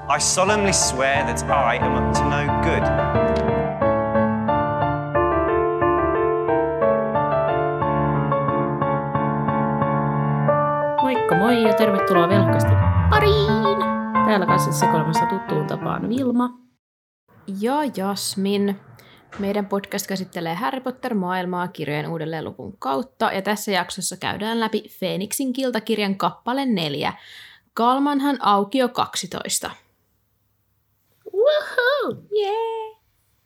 I solemnly swear that I am up to no good. Moikka moi ja tervetuloa Velkkasti pariin! Täällä kanssa sekoilemassa tuttuun tapaan Vilma ja Jasmin. Meidän podcast käsittelee Harry Potter-maailmaa kirjojen uudelleenluvun kautta, ja tässä jaksossa käydään läpi Feeniksin kiltakirjan kappale 4, Kalmanhan aukio 12. Woohoo! Yeah!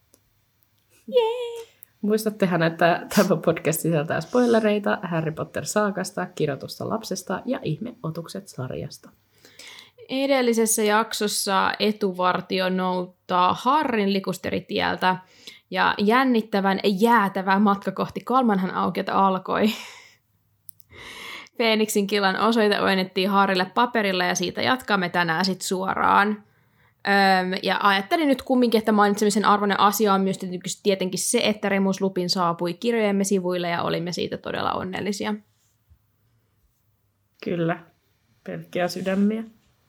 Yeah! Muistattehan, että tämä podcast sisältää spoilereita Harry Potter-saakasta, kirjoitusta lapsesta ja ihmeotukset-sarjasta. Edellisessä jaksossa etuvartio nouttaa Harryn likusteritieltä, ja jännittävän jäätävä matka kohti Kalmanhan aukiota alkoi. Feeniksin killan osoite oinnettiin Harrylle paperilla, ja siitä jatkamme tänään sitten suoraan. Ja ajattelin nyt kumminkin, että mainitsemisen arvoinen asia on myös tietenkin se, että Remus Lupin saapui kirjojemme sivuille, ja olimme siitä todella onnellisia. Kyllä, pelkkiä sydämiä.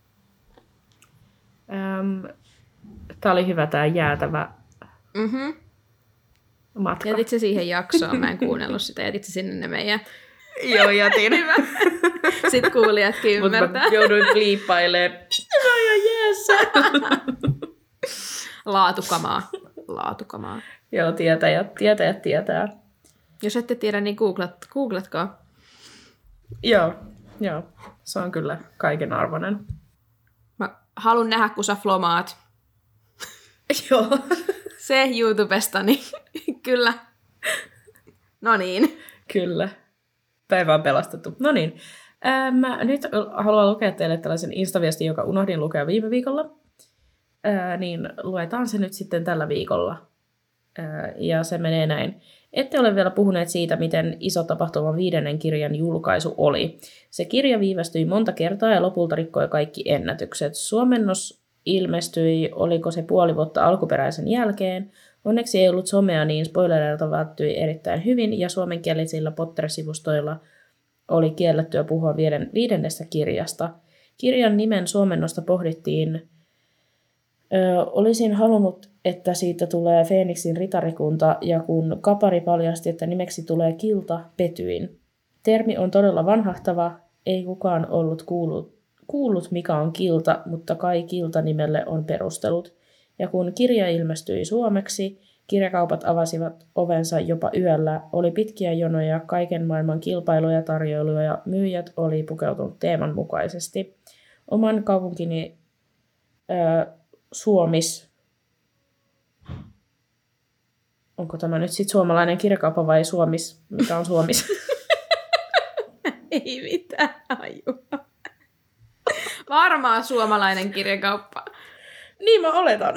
Tämä oli hyvä, tämä jäätävä matka. Jätit se siihen jaksoon? Mä en kuunnellut sitä. Jätit se sinne ne meidän... Joo, jätin. Hyvä. Sitten kuulijatkin ymmärtää. Mutta jouduin bliippailemaan. No jo jeessä. Laatukamaa. Joo, tietäjät tietää. Jos ette tiedä, niin googlatkaa. Joo. Se on kyllä kaiken arvoinen. Mä haluan nähdä, kun sä flomaat. Joo. Se YouTubesta, niin kyllä. No niin. Kyllä. Päivä on pelastettu. No niin. Mä nyt haluan lukea teille tällaisen instaviestin, joka unohdin lukea viime viikolla. Niin luetaan se nyt sitten tällä viikolla. Ja se menee näin. Ette ole vielä puhuneet siitä, miten iso tapahtuma 5. kirjan julkaisu oli. Se kirja viivästyi monta kertaa ja lopulta rikkoi kaikki ennätykset. Suomennos ilmestyi, oliko se puoli vuotta alkuperäisen jälkeen. Onneksi ei ollut somea, niin spoilereilta välttyi erittäin hyvin, ja suomenkielisillä Potter-sivustoilla oli kiellettyä puhua 5. kirjasta. Kirjan nimen suomennosta pohdittiin. Olisin halunnut, että siitä tulee Feeniksin ritarikunta, ja kun kapari paljasti, että nimeksi tulee kilta, petyin. Termi on todella vanhahtava, ei kukaan ollut kuullut mikä on kilta, mutta kai kilta-nimelle on perustelut. Ja kun kirja ilmestyi suomeksi, kirjakaupat avasivat ovensa jopa yöllä, oli pitkiä jonoja, kaiken maailman kilpailuja, tarjoiluja ja myyjät oli pukeutunut teeman mukaisesti. Oman kaupunkini Suomis. Onko tämä nyt sitten suomalainen kirjakauppa vai Suomis? Mikä on Suomis? Ei mitään hajua. Varmaan suomalainen kirjakauppa. Niin mä oletan.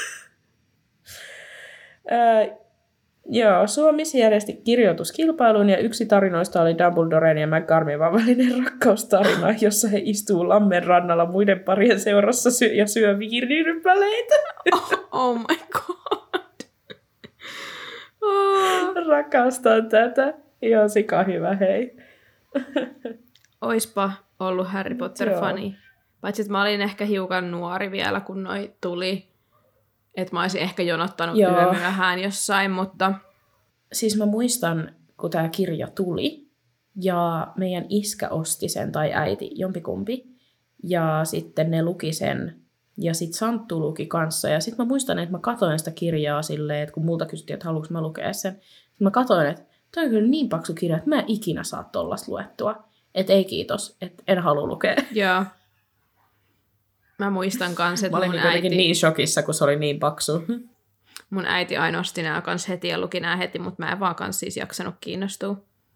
Joo, Suomis järjesti kirjoituskilpailun ja yksi tarinoista oli Dumbledoren ja McGarmivan välinen rakkaustarina, jossa he istuu lammen rannalla muiden parien seurassa ja syö viinirypäleitä. Oh my god. Rakastan tätä. Ihan sika hyvä, hei. Oispa ollut Harry Potter-fani. Paitsi, että mä olin ehkä hiukan nuori vielä, kun noi tuli. Että mä olisin ehkä jonottanut yömyöhään jossain, mutta... Siis mä muistan, kun tää kirja tuli, ja meidän iskä osti sen, tai äiti, jompikumpi, ja sitten ne luki sen, ja sit Santtu luki kanssa, ja sit mä muistan, että mä katoin sitä kirjaa silleen, että kun multa kysyttiin, että haluanko mä lukea sen, mä katoin, että toi on kyllä niin paksu kirja, että mä en ikinä saa tollasta luettua. Että ei kiitos, että en halua lukea. Joo. Mä muistan kans, että mä olin kuitenkin niin shokissa, kun se oli niin paksu. Mun äiti aina osti nää kans heti ja luki nää heti, mutta mä en vaan kans siis jaksanut kiinnostua.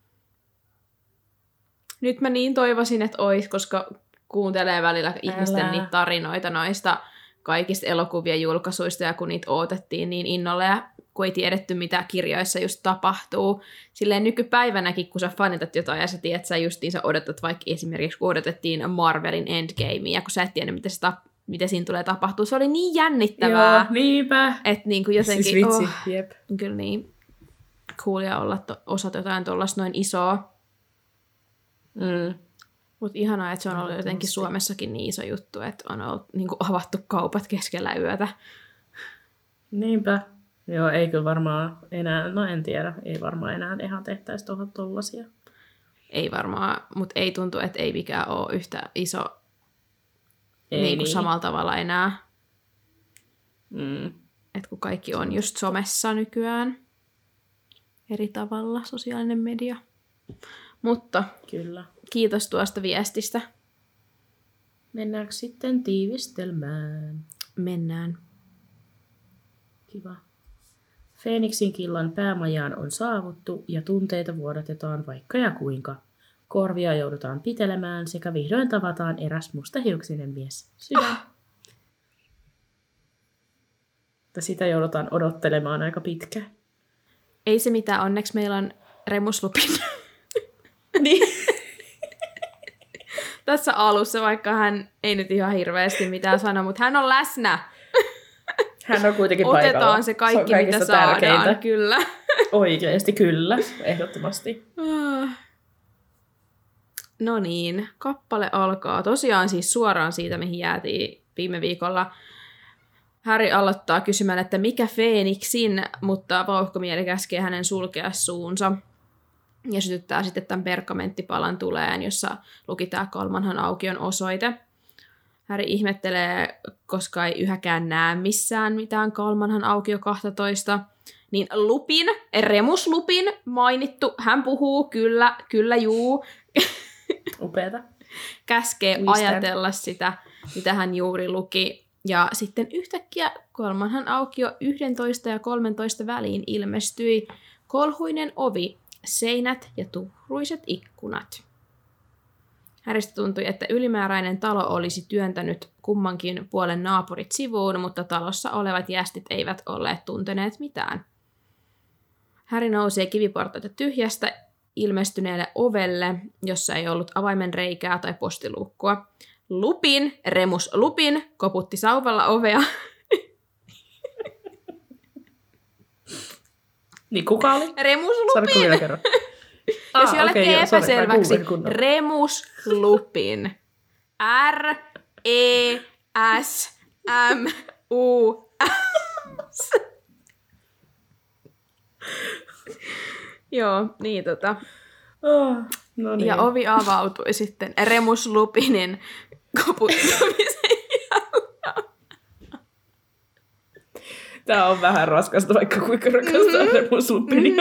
Nyt mä niin toivoisin, että ois, koska kuuntelee välillä ihmisten niitä tarinoita noista kaikista elokuvien julkaisuista, ja kun niitä odotettiin niin innolla, ja kun ei tiedetty, mitä kirjoissa just tapahtuu. Silleen nykypäivänäkin, kun sä fanitat jotain, ja sä tiedät, sä odotat vaikka esimerkiksi, kun odotettiin Marvelin Endgamea, ja kun sä et tiennyt, miten siinä tulee tapahtua. Se oli niin jännittävää. Joo, niinpä. Että niinku jotenkin, siis vitsi, jep. Kyllä niin coolia olla osat jotain tuollaista noin isoa. Mutta ihanaa, että se on ollut jotenkin Suomessakin niin iso juttu, että on ollut niin kuin avattu kaupat keskellä yötä. Niinpä. Joo, ei kyllä varmaan enää, no en tiedä, ei varmaan enää ihan tehtäisi tuohon tollasia. Ei varmaan, mutta ei tuntu, että ei mikään ole yhtä iso Ei niin. Samalla tavalla enää. Mm. Että kun kaikki on just somessa nykyään eri tavalla, sosiaalinen media. Mutta Kyllä. kiitos tuosta viestistä. Mennäänkö sitten tiivistelmään? Mennään. Kiva. Feeniksin killan päämajaan on saavuttu ja tunteita vuodatetaan vaikka ja kuinka. Korvia joudutaan pitelemään sekä vihdoin tavataan eräs mustahiuksinen mies. Sydän. Sitä joudutaan odottelemaan aika pitkään. Ei se mitään, onneksi meillä on Remus Lupin. Niin. Tässä alussa, vaikka hän ei nyt ihan hirveästi mitään sano, mutta hän on läsnä. Hän on kuitenkin paikalla. Otetaan se kaikki, se mitä saadaan. tärkeintä. Kyllä. Oikeasti kyllä, ehdottomasti. No niin, kappale alkaa. Tosiaan siis suoraan siitä, mihin jäätiin viime viikolla. Harry aloittaa kysymään, että mikä Feeniksin, mutta vauhkomieli käskee hänen sulkea suunsa. Ja sytyttää sitten tämän pergamenttipalan tuleen, jossa luki tämä kolmanhan aukion osoite. Harry ihmettelee, koska ei yhäkään näe missään mitään kolmanhan aukio 12. Niin Lupin, Remus Lupin mainittu, hän puhuu, kyllä juu. Upeata. Käskee ajatella sitä, mitä hän juuri luki. Ja sitten yhtäkkiä kolmanhan aukio 11 ja 13 väliin ilmestyi kolhuinen ovi, seinät ja tuhruiset ikkunat. Harrystä tuntui, että ylimääräinen talo olisi työntänyt kummankin puolen naapurit sivuun, mutta talossa olevat jästit eivät olleet tunteneet mitään. Harry nousee kiviportaita tyhjästä ilmestyneelle ovelle, jossa ei ollut avaimen reikää tai postiluukkua. Lupin, Remus Lupin, koputti sauvalla ovea. Niin kuka oli? Remus Lupin! Saanko vielä kerran? Jos jollekin epäselväksi, kuulin. Remus Lupin. R-E-S-M-U-S. Joo, niin No niin. Ja ovi avautui sitten Remus Lupinin koputtamisen jälkeen. Tää on vähän raskasta, vaikka kuinka rakastaa Remus Lupinia.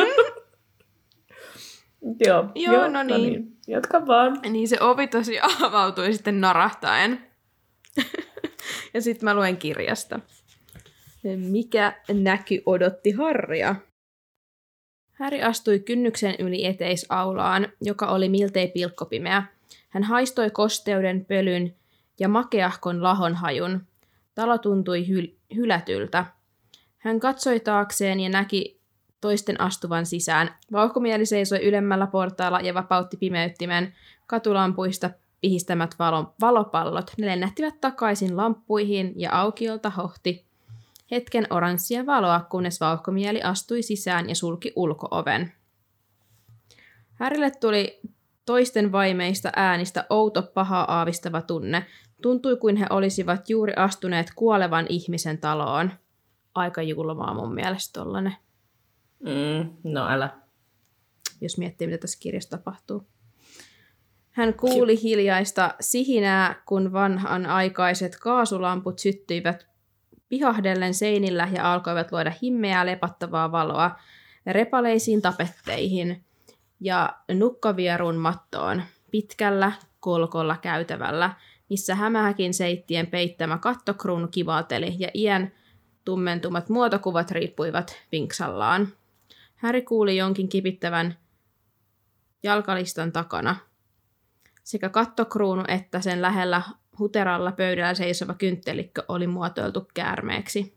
Joo, no niin. Jatka vaan. Niin se ovi tosiaan avautui sitten narahtaen. Ja sitten mä luen kirjasta. Mikä näky odotti Harrya? Harry astui kynnyksen yli eteisaulaan, joka oli miltei pilkkopimeä. Hän haistoi kosteuden, pölyn ja makeahkon lahonhajun. Talo tuntui hylätyltä. Hän katsoi taakseen ja näki toisten astuvan sisään. Vauhkomieli seisoi ylemmällä portaalla ja vapautti pimeyttimen. Katulampuista pihistämät valopallot. Ne lennähtivät takaisin lamppuihin ja aukiolta hohti hetken oranssia valoa, kunnes vauhkomieli astui sisään ja sulki ulko-oven. Harrylle tuli toisten vaimeista äänistä outo, pahaa aavistava tunne. Tuntui kuin he olisivat juuri astuneet kuolevan ihmisen taloon. Aika julmaa mun mielestä tollanen. No älä. Jos miettii, mitä tässä kirjassa tapahtuu. Hän kuuli hiljaista sihinää, kun vanhanaikaiset kaasulamput syttyivät pihahdellen seinillä ja alkoivat luoda himmeää lepattavaa valoa repaleisiin tapetteihin ja nukkavierun mattoon pitkällä kolkolla käytävällä, missä hämähäkin seittien peittämä kattokruunu kivalteli ja iän tummentumat muotokuvat riippuivat vinksallaan. Harry kuuli jonkin kipittävän jalkalistan takana. Sekä kattokruunu että sen lähellä huteralla pöydällä seisova kynttelikkö oli muotoiltu käärmeeksi.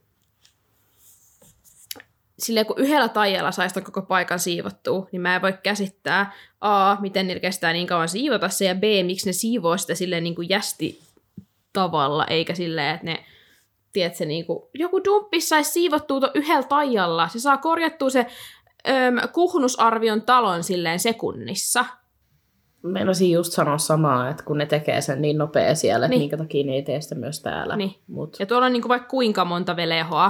Silleen kun yhdellä taijalla saisi koko paikan siivottua, niin mä en voi käsittää miten niillä kestää niin kauan siivota se, ja miksi ne siivoo sitä silleen niin kuin jästi tavalla, eikä silleen, että ne, tiedätkö, niin kuin, joku dumppis saisi siivottua tuon yhdellä taijalla. Se saa korjattua se kuhnusarvion talon silleen sekunnissa. Meinasin just sanoa samaa, että kun ne tekee sen niin nopea siellä, että Niin. minkä takia ne ei tee sitä myös täällä. Niin. Mut. Ja tuolla on niinku vaikka kuinka monta velehoa.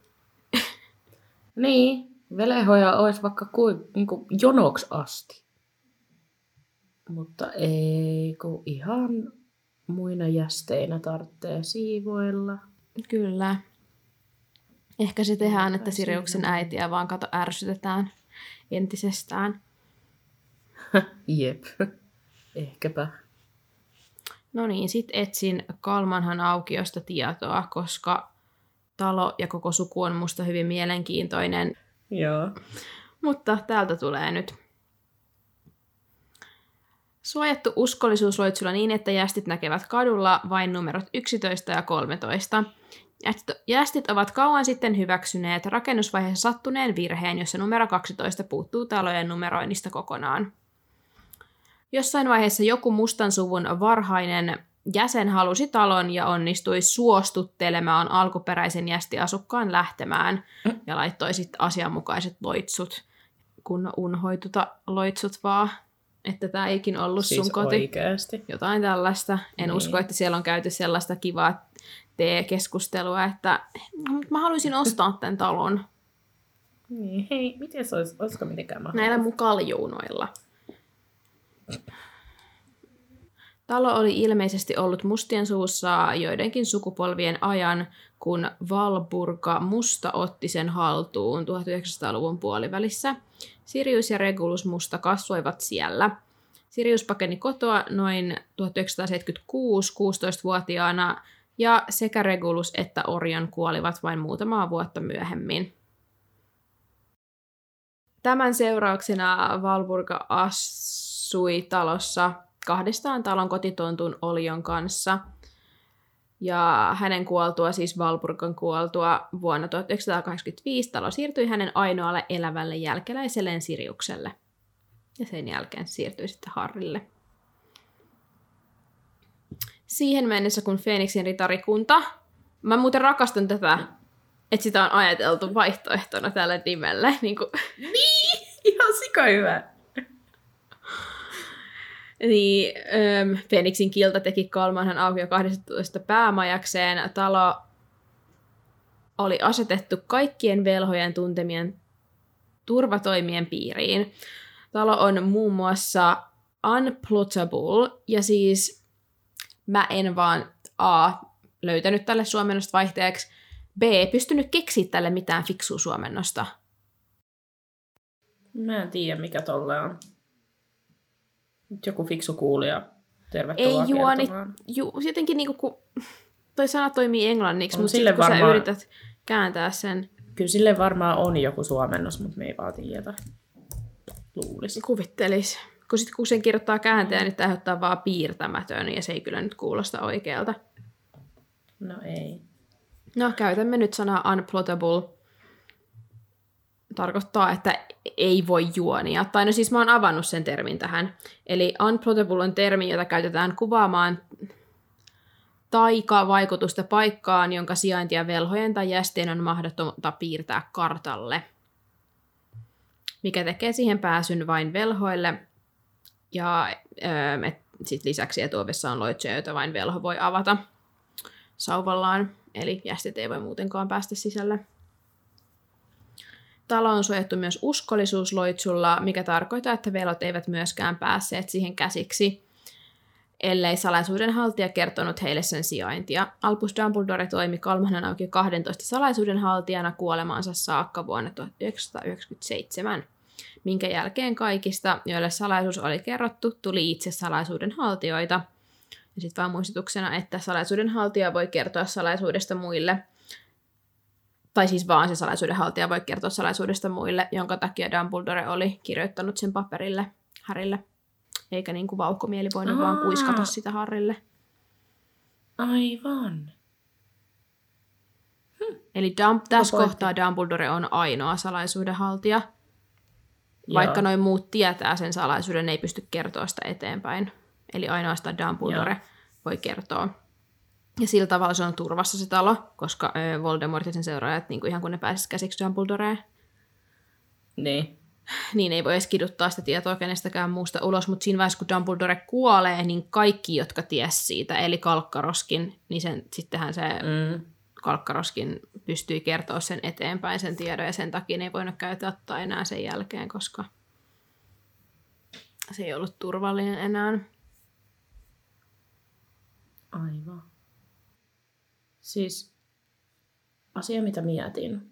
Niin, velehoja olisi vaikka niinku jonoksi asti. Mutta ei, kun ihan muina jästeinä tarvitsee siivoilla. Kyllä. Ehkä se tehdään, että Siriuksen äitiä vaan ärsytetään entisestään. Jep, ehkäpä. No niin, sit etsin Kalmanhan aukiosta tietoa, koska talo ja koko suku on musta hyvin mielenkiintoinen. Joo. Mutta täältä tulee nyt. Suojattu uskollisuusloitsulla niin, että jästit näkevät kadulla vain numerot 11 ja 13. Jästit ovat kauan sitten hyväksyneet rakennusvaiheessa sattuneen virheen, jossa numero 12 puuttuu talojen numeroinnista kokonaan. Jossain vaiheessa joku mustan suvun varhainen jäsen halusi talon ja onnistui suostuttelemaan alkuperäisen jästiasukkaan lähtemään ja laittoi sitten asianmukaiset loitsut, kun unhoituta loitsut vaan, että tämä eikin ollut Siis sun koti. oikeasti. Jotain tällaista. En Niin. usko, että siellä on käyty sellaista kivaa keskustelua, että mä haluaisin ostaa tämän talon Niin, hei, miten se olisi, olisiko mitenkään mahdollista? näillä mun kaljuunoilla. Talo oli ilmeisesti ollut mustien suussa joidenkin sukupolvien ajan, kun Valburga Musta otti sen haltuun 1900-luvun puolivälissä. Sirius ja Regulus Musta kasvoivat siellä. Sirius pakeni kotoa noin 1976 16-vuotiaana, ja sekä Regulus että Orion kuolivat vain muutamaa vuotta myöhemmin. Tämän seurauksena Valburga asui talossa kahdestaan talon kotitontun Olion kanssa. Ja hänen kuoltua, siis Valburgan kuoltua vuonna 1985, talo siirtyi hänen ainoalle elävälle jälkeläiselleen Siriukselle. Ja sen jälkeen siirtyi sitten Harrille. Siihen mennessä, kun Feeniksin ritarikunta, mä muuten rakastan tätä, että sitä on ajateltu vaihtoehtona tälle nimelle. Niin, Ihan sika hyvä. niin Feeniksin kilta teki Kalmanhan aukio 12 päämajakseen. Talo oli asetettu kaikkien velhojen tuntemien turvatoimien piiriin. Talo on muun muassa unplottable, ja siis mä en vaan A. löytänyt tälle suomennosta vaihteeksi, B. pystynyt keksiä tälle mitään fiksua suomennosta. Mä en tiedä, mikä tolle on. Nyt joku fiksu kuulija. Tervetuloa Ei juoni. kertomaan. Jotenkin niinku, kun toi sana toimii englanniksi, On mutta sille sitten kun sä varmaan- yrität kääntää sen, Kyllä sille varmaan on joku suomennos, mutta me ei vaan tiedä. Luulisi. kuvittelis. Kun sen kirjoittaa kääntäjä, niin tämä aiheuttaa vaan piirtämätön, ja se ei kyllä nyt kuulosta oikealta. No ei. No, käytämme nyt sanaa unplottable. Tarkoittaa, että ei voi juonia. Tai no siis mä oon avannut sen termin tähän. Eli unplottable on termi, jota käytetään kuvaamaan taikavaikutusta paikkaan, jonka sijaintia velhojen tai jästien on mahdotonta piirtää kartalle. Mikä tekee siihen pääsyn vain velhoille. Ja sit lisäksi etuovessa on loitsuja, joita vain velho voi avata sauvallaan. Eli jästit ei voi muutenkaan päästä sisälle. Talo on suojattu myös uskollisuusloitsulla, mikä tarkoittaa, että velhot eivät myöskään päässeet siihen käsiksi, ellei salaisuuden haltija kertonut heille sen sijaintia. Albus Dumbledore toimi Kalmanhan auki 12 salaisuuden haltijana kuolemaansa saakka vuonna 1997, minkä jälkeen kaikista, joille salaisuus oli kerrottu, tuli itse salaisuuden haltijoita. Ja sitten vaan muistutuksena, että salaisuuden haltija voi kertoa salaisuudesta muille, tai siis vaan se salaisuuden haltija voi kertoa salaisuudesta muille, jonka takia Dumbledore oli kirjoittanut sen paperille Harrylle. Eikä niin kuin vauhkomieli voinut vaan kuiskata sitä Harrylle. Aivan. Eli tässä kohtaa Dumbledore on ainoa salaisuuden haltija. Vaikka noin muut tietää sen salaisuuden, ne ei pysty kertoa sitä eteenpäin. Eli ainoastaan Dumbledore voi kertoa. Ja sillä tavalla se on turvassa se talo, koska Voldemort ja sen seuraajat, niin kuin ihan kun ne pääsisivät käsiksi Dumbledoreen. Niin. niin ei voi edes kiduttaa sitä tietoa kenestäkään muusta ulos, mutta siinä vaiheessa, kun Dumbledore kuolee, niin kaikki, jotka ties siitä, eli Kalkkaroskin, niin sittenhän se Kalkkaroskin pystyi kertoa sen eteenpäin sen tiedon, ja sen takia ne ei voinut käyttää enää sen jälkeen, koska se ei ollut turvallinen enää. Aivan. Siis asia, mitä mietin,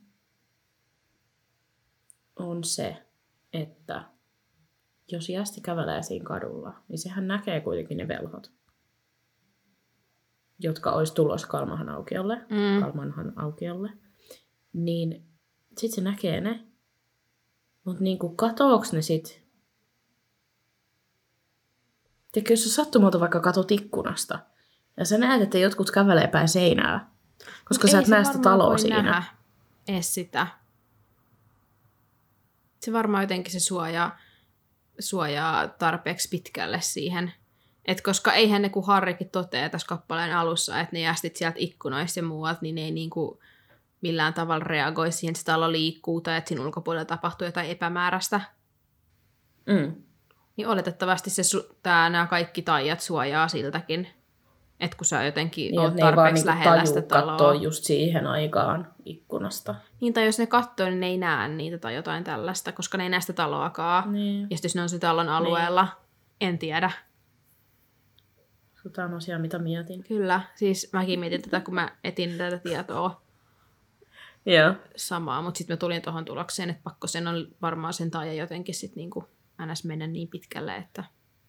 on se, että jos Jästi kävelee siinä kadulla, niin sehän näkee kuitenkin ne velhot, jotka olisi tulossa Kalmanhan aukiolle. Niin sit se näkee ne, mutta niinku katooks ne sit? Tiedätkö, jos sä sattumalta vaikka katot ikkunasta, ja sä näet, että jotkut kävelee päin seinää, koska sä et näe sitä taloa siinä. Nähdä edes sitä. Se varmaan jotenkin se suojaa tarpeeksi pitkälle siihen. Et koska eihän ne, kun Harrikin toteaa tässä kappaleen alussa, että ne jästit sieltä ikkunoista ja muualta, niin ne ei niinku millään tavalla reagoi siihen, että se talo liikkuu tai että siinä ulkopuolella tapahtuu jotain epämääräistä. Niin oletettavasti nämä kaikki taijat suojaa siltäkin. Että kun sä jotenkin niin, oot tarpeeksi lähellä sitä taloa. Kattoo just siihen aikaan ikkunasta. Niin, tai jos ne kattoo, niin ne ei näe niitä tai jotain tällaista, koska ne ei näe sitä taloakaan. Niin. Ja sitten jos ne on sen talon alueella, en tiedä. Tämä on asia, mitä mietin. Kyllä, siis mäkin mietin tätä, kun mä etin tätä tietoa. Joo. Samaa, mutta sitten mä tulin tuohon tulokseen, että pakko sen on varmaan sen taaja jotenkin sitten niinku ns. Mennä niin pitkälle, että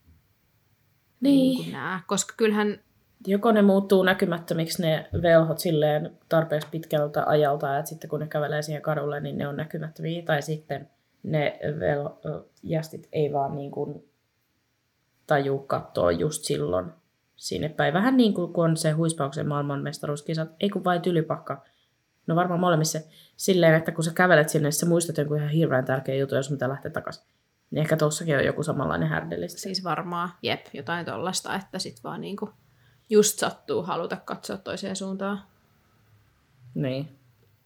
niin nää. Koska kyllähän joko ne muuttuu näkymättömiksi ne velhot silleen tarpeeksi pitkältä ajalta, että sitten kun ne kävelee siihen kadulle, niin ne on näkymättömiä. Tai sitten ne jästit ei vaan niin kuin taju katsoa just silloin sinne päin. Vähän niin kuin kun on se Huispauksen maailmanmestaruuskisat, ei kun vain Tylypahka. No varmaan molemmissa silleen, että kun sä kävelet sinne, niin sä muistat jonkun ihan hirveän tärkeä juttu, jos mitä lähtee takaisin. Niin ehkä tossakin on joku samanlainen härdellistä. Siis varmaan, jotain tollasta, että sit vaan niinku just sattuu haluta katsoa toiseen suuntaan. Niin.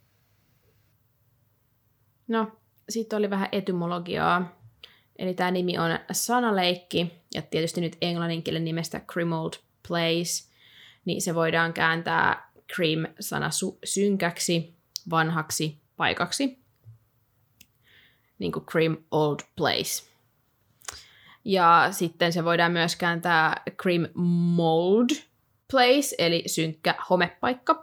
No, sitten oli vähän etymologiaa. Eli tämä nimi on sanaleikki, ja tietysti nyt englanninkielen nimestä Grimmauld Place, niin se voidaan kääntää grim-sana synkäksi, vanhaksi paikaksi. Niin kuin grim old place. Ja sitten se voidaan myös kääntää grim mold place, eli synkkä homepaikka.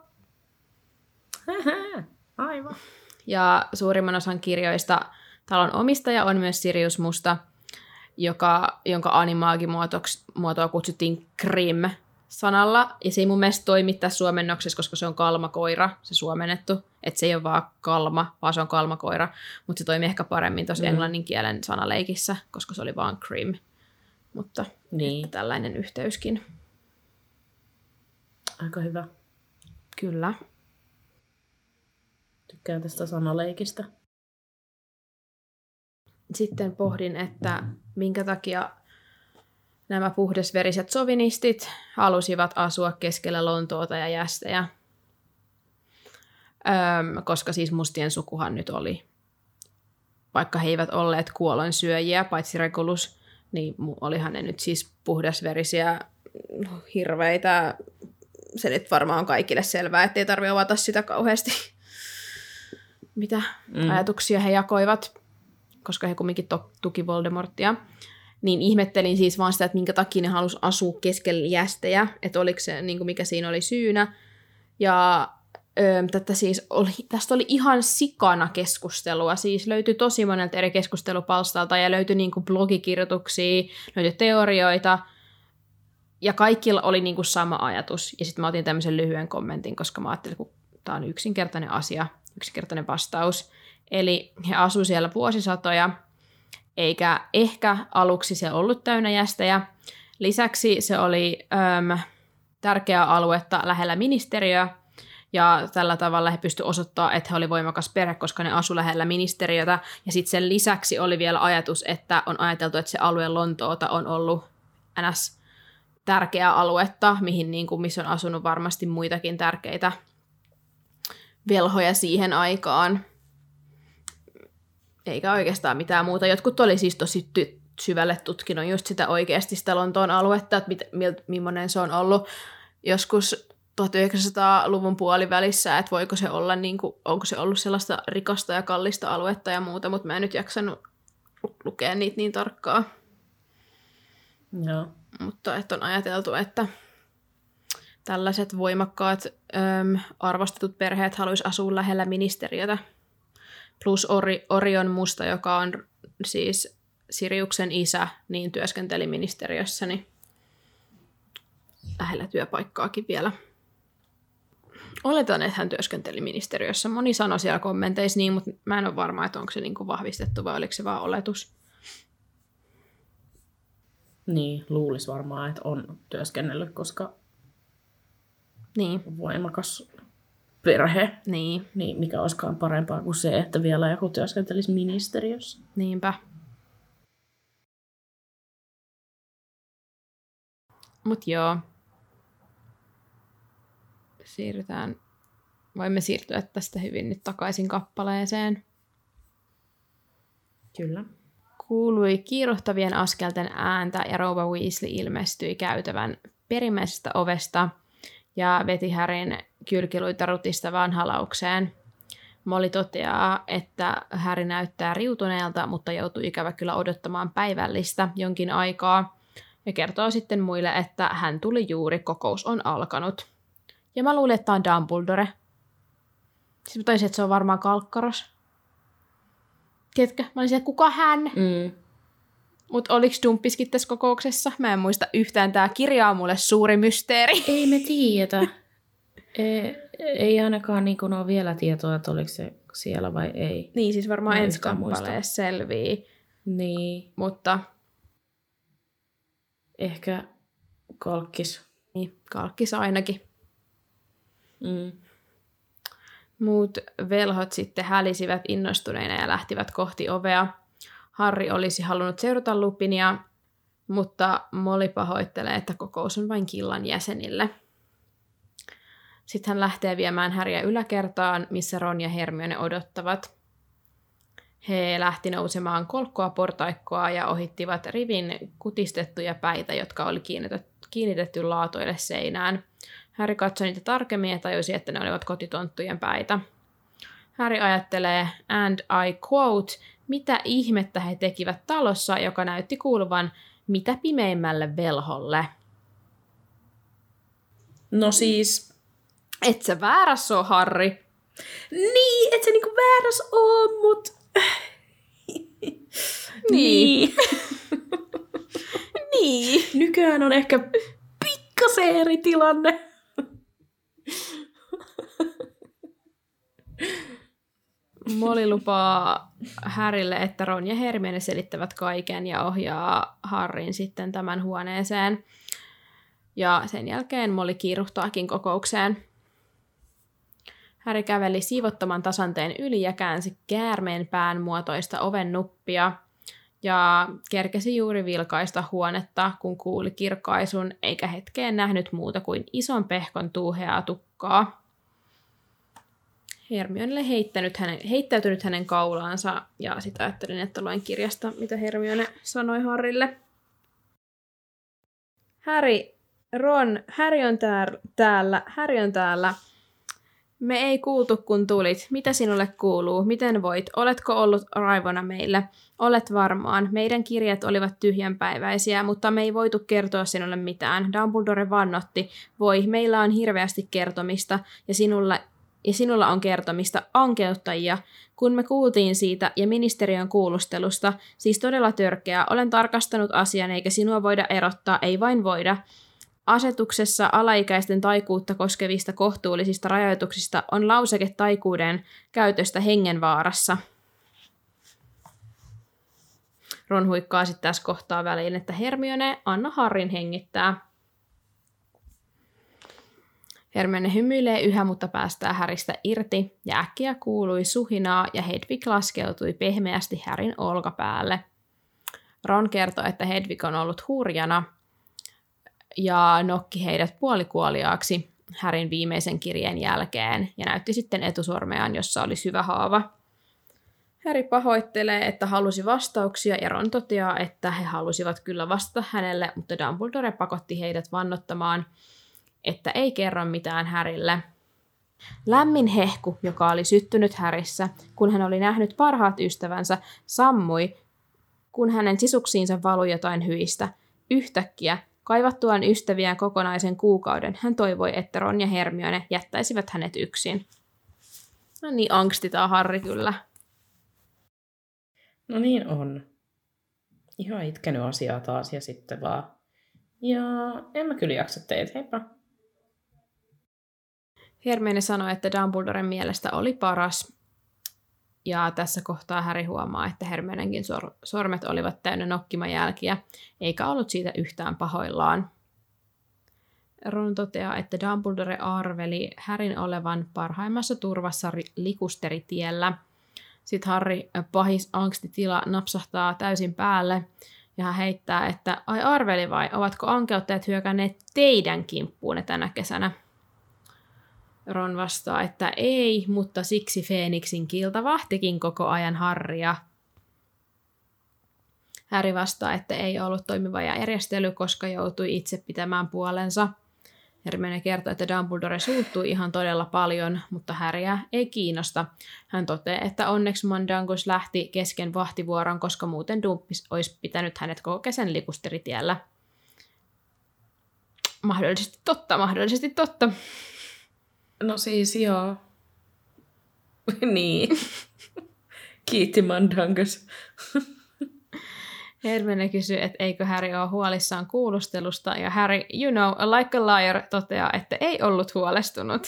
Aivan. Ja suurimman osan kirjoista talon omistaja on myös Sirius Musta, jonka animaagimuotoa kutsuttiin Grim-sanalla. Ja se ei mun mielestä toimi tässä suomennoksessa, koska se on kalmakoira, se suomennettu. Että se ei ole vaan kalma, vaan se on kalmakoira. Mutta se toimii ehkä paremmin tuossa englanninkielen sanaleikissä, koska se oli vaan Grim. Mutta niin. Tällainen yhteyskin. Aika hyvä. Kyllä. Tykkään tästä sanaleikistä. Sitten pohdin, että minkä takia nämä puhdasveriset sovinistit halusivat asua keskellä Lontoota ja Jästejä. Koska siis mustien sukuhan nyt oli, vaikka he eivät olleet kuolonsyöjiä, paitsi Regulus, niin olihan ne nyt siis puhdasverisiä hirveitä. Se nyt varmaan on kaikille selvää, ettei tarvitse avata sitä kauheasti, mitä ajatuksia he jakoivat, koska he kumminkin tuki Voldemortia. Niin ihmettelin siis vaan sitä, että minkä takia ne halusi asua keskellä Jästejä, että oliko se, niin kuin mikä siinä oli syynä. Ja tästä oli ihan sikana keskustelua, siis löytyi tosi monelta eri keskustelupalstalta ja löytyi niin kuin blogikirjoituksia, löytyi teorioita, ja kaikilla oli niin kuin sama ajatus. Ja sitten mä otin tämmöisen lyhyen kommentin, koska mä ajattelin, että tämä on yksinkertainen asia, yksinkertainen vastaus. Eli he asuivat siellä vuosisatoja, eikä ehkä aluksi se ollut täynnä jästejä. Lisäksi se oli tärkeää aluetta lähellä ministeriöä, ja tällä tavalla he pystyivät osoittamaan, että he oli voimakas perhe, koska ne asuivat lähellä ministeriötä. Ja sitten sen lisäksi oli vielä ajatus, että on ajateltu, että se alue Lontoota on ollut ns. Tärkeää aluetta, missä on asunut varmasti muitakin tärkeitä velhoja siihen aikaan. Eikä oikeastaan mitään muuta. Jotkut oli siis tosi syvälle tutkinut just sitä oikeasti sitä Lontoon aluetta, että millainen se on ollut joskus 1900-luvun puolivälissä, että voiko se olla, niin kuin, onko se ollut sellaista rikasta ja kallista aluetta ja muuta, mutta mä en nyt jaksanut lukea niitä niin tarkkaan. Joo. Mutta että on ajateltu, että tällaiset voimakkaat arvostetut perheet haluaisi asua lähellä ministeriötä. Plus Orion Musta, joka on siis Siriuksen isä, niin työskenteli ministeriössä, niin lähellä työpaikkaakin vielä. Oletan, että hän työskenteli ministeriössä. Moni sanoi siellä kommenteissa niin, mutta mä en ole varma, että onko se niinku vahvistettu vai oliko se vaan oletus. Niin, luulisi varmaan, että on työskennellyt, koska niin. Voimakas perhe. Niin. Niin, mikä olisikaan parempaa kuin se, että vielä joku työskentelisi ministeriössä. Niinpä. Mut joo. Voimme siirtyä tästä hyvin nyt takaisin kappaleeseen. Kyllä. Kuului kiiruhtavien askelten ääntä ja rouva Weasley ilmestyi käytävän perimmäisestä ovesta ja veti Harryn kylkiluita rutistavaan halaukseen. Molly toteaa, että Harry näyttää riutuneelta, mutta joutuu ikävä kyllä odottamaan päivällistä jonkin aikaa ja kertoo sitten muille, että hän tuli juuri, kokous on alkanut. Ja mä luulin, että tämä on Dumbledore. Sitten mä taisin, että se on varmaan Kalkkaros. Tiedätkö? Mä olisin, että kuka hän? Mutta oliko Dumppiskin tässä kokouksessa? Mä en muista yhtään. Tää kirja on mulle suuri mysteeri. Ei me tiedetä. Ei ainakaan niin ole vielä tietoa, että oliko se siellä vai ei. Niin, siis varmaan ensi kappaleessa selvii. Niin. Mutta ehkä Kalkkis. Niin, Kalkkis ainakin. Muut velhot sitten hälisivät innostuneina ja lähtivät kohti ovea. Harry olisi halunnut seurata Lupinia, mutta Molly pahoittelee, että kokous on vain killan jäsenille. Sitten hän lähtee viemään Harryä yläkertaan, missä Ron ja Hermione odottavat. He lähti nousemaan kolkkoa portaikkoa ja ohittivat rivin kutistettuja päitä, jotka oli kiinnitetty laatoille seinään. Harry katsoi niitä tarkemmin ja tajusi, että ne olivat kotitonttujen päitä. Harry ajattelee, and I quote, mitä ihmettä he tekivät talossa, joka näytti kuuluvan mitä pimeimmälle velholle. No siis, et sä väärässä oo, Harry. Niin, et sä niinku väärässä oo, mut niin. Niin. Nykyään on ehkä pikkasen eri tilanne. Molly lupaa Harrylle, että Ron ja Hermione selittävät kaiken ja ohjaa Harryn sitten tämän huoneeseen. Ja sen jälkeen Molly kiiruhtaakin kokoukseen. Harry käveli siivottoman tasanteen yli ja käänsi käärmeen pään muotoista oven nuppia. Ja kerkesi juuri vilkaista huonetta, kun kuuli kirkaisun, eikä hetkeen nähnyt muuta kuin ison pehkon tuuheaa tukkaa. Hermione oli heittäytynyt hänen kaulaansa, ja sitten ajattelin, että luen kirjasta, mitä Hermione sanoi Harrylle. Harry on täällä. Me ei kuultu, kun tulit. Mitä sinulle kuuluu? Miten voit? Oletko ollut raivona meille? Olet varmaan. Meidän kirjat olivat tyhjänpäiväisiä, mutta me ei voitu kertoa sinulle mitään. Dumbledore vannotti. Voi, meillä on hirveästi kertomista, ja sinulla on kertomista ankeuttajia. Kun me kuultiin siitä ja ministeriön kuulustelusta, siis todella törkeää, olen tarkastanut asian eikä sinua voida erottaa, ei vain voida. Asetuksessa alaikäisten taikuutta koskevista kohtuullisista rajoituksista on lauseke taikuuden käytöstä hengenvaarassa. Ron huikkaa sitten tässä kohtaa väliin, että Hermione, anna Harryn hengittää. Hermione hymyilee yhä, mutta päästää Harrystä irti, ja äkkiä kuului suhinaa, ja Hedwig laskeutui pehmeästi Harryn olkapäälle. Ron kertoi, että Hedwig on ollut hurjana, ja nokki heidät puolikuoliaaksi Harryn viimeisen kirjeen jälkeen, ja näytti sitten etusormeaan, jossa oli syvä haava. Harry pahoittelee, että halusi vastauksia, ja Ron toteaa, että he halusivat kyllä vastata hänelle, mutta Dumbledore pakotti heidät vannottamaan, että ei kerro mitään Harrylle. Lämmin hehku, joka oli syttynyt Harryssä, kun hän oli nähnyt parhaat ystävänsä, sammui, kun hänen sisuksiinsa valui jotain hyistä. Yhtäkkiä, kaivattuaan ystäviään kokonaisen kuukauden, hän toivoi, että Ron ja Hermione jättäisivät hänet yksin. No niin, angstitaa Harry kyllä. No niin on. Ihan itkenyt asiaa taas ja sitten vaan. Ja en mä kyllä jaksa teet, heippa. Hermione sanoi, että Dumbledoren mielestä oli paras. Ja tässä kohtaa Harry huomaa, että Hermionenkin sormet olivat täynnä nokkimajälkiä, eikä ollut siitä yhtään pahoillaan. Ron toteaa, että Dumbledore arveli Harryn olevan parhaimmassa turvassa likusteritiellä. Sitten Harry pahis angstitila napsahtaa täysin päälle ja hän heittää, että ai arveli vai, ovatko ankeuttajat hyökänneet teidän kimppuunne tänä kesänä? Ron vastaa, että ei, mutta siksi Feeniksin kilta vahtikin koko ajan Harrya. Harry vastaa, että ei ollut toimiva järjestely, koska joutui itse pitämään puolensa. Hermione kertoo, että Dumbledore suuttui ihan todella paljon, mutta Harryä ei kiinnosta. Hän toteaa, että onneksi Mandangus lähti kesken vahtivuoron, koska muuten Dumppis olisi pitänyt hänet koko kesän likusteritiellä. Mahdollisesti totta. No siis joo. Niin. Kiitti Mandangus. Hermione kysyy, että eikö Harry ole huolissaan kuulustelusta, ja Harry, you know, like a liar, toteaa, että ei ollut huolestunut.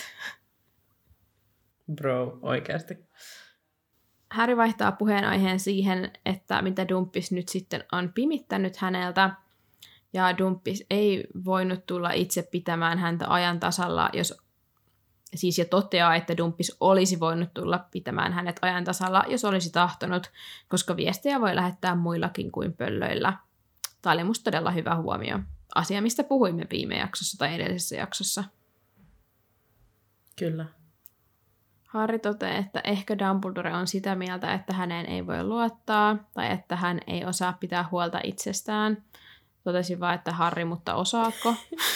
Bro, oikeasti. Harry vaihtaa puheenaiheen siihen, että mitä Dumppis nyt sitten on pimittänyt häneltä, ja Dumppis ei voinut tulla itse pitämään häntä ajan tasalla, ja toteaa, että Dumppis olisi voinut tulla pitämään hänet ajan tasalla, jos olisi tahtonut, koska viestejä voi lähettää muillakin kuin pöllöillä. Tämä oli musta todella hyvä huomio. Asia, mistä puhuimme viime jaksossa tai edellisessä jaksossa. Kyllä. Harry toteaa, että ehkä Dumbledore on sitä mieltä, että häneen ei voi luottaa, tai että hän ei osaa pitää huolta itsestään. Totesin vaan, että Harry, mutta osaatko?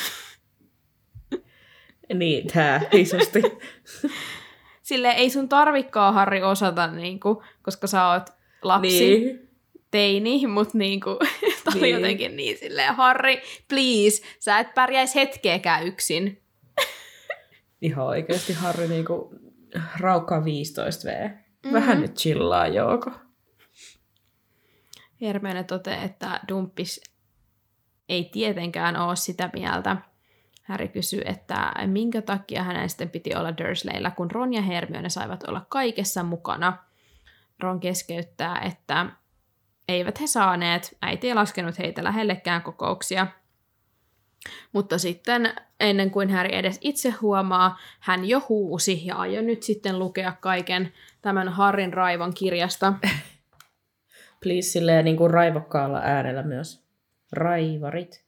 Niin, tää isosti. Silleen ei sun tarvikkaa, Harry, osata, niinku, koska sä oot lapsi, teini, mutta niinku, tää oli jotenkin niin silleen, Harry, please, sä et pärjäisi hetkeäkään yksin. Ihan oikeasti Harry niinku raukkaa 15V. Vähän nyt chillaa, Jouko. Hermione toteaa, että Dumppis ei tietenkään ole sitä mieltä. Harry kysyy, että minkä takia hänen sitten piti olla Dursleyllä, kun Ron ja Hermione saivat olla kaikessa mukana. Ron keskeyttää, että eivät he saaneet, äiti ei laskenut heitä lähellekään kokouksia. Mutta sitten, ennen kuin Harry edes itse huomaa, hän jo huusi ja aioi nyt sitten lukea kaiken tämän Harryn raivon kirjasta. Please silleen niin kuin raivokkaalla äänellä myös. Raivarit.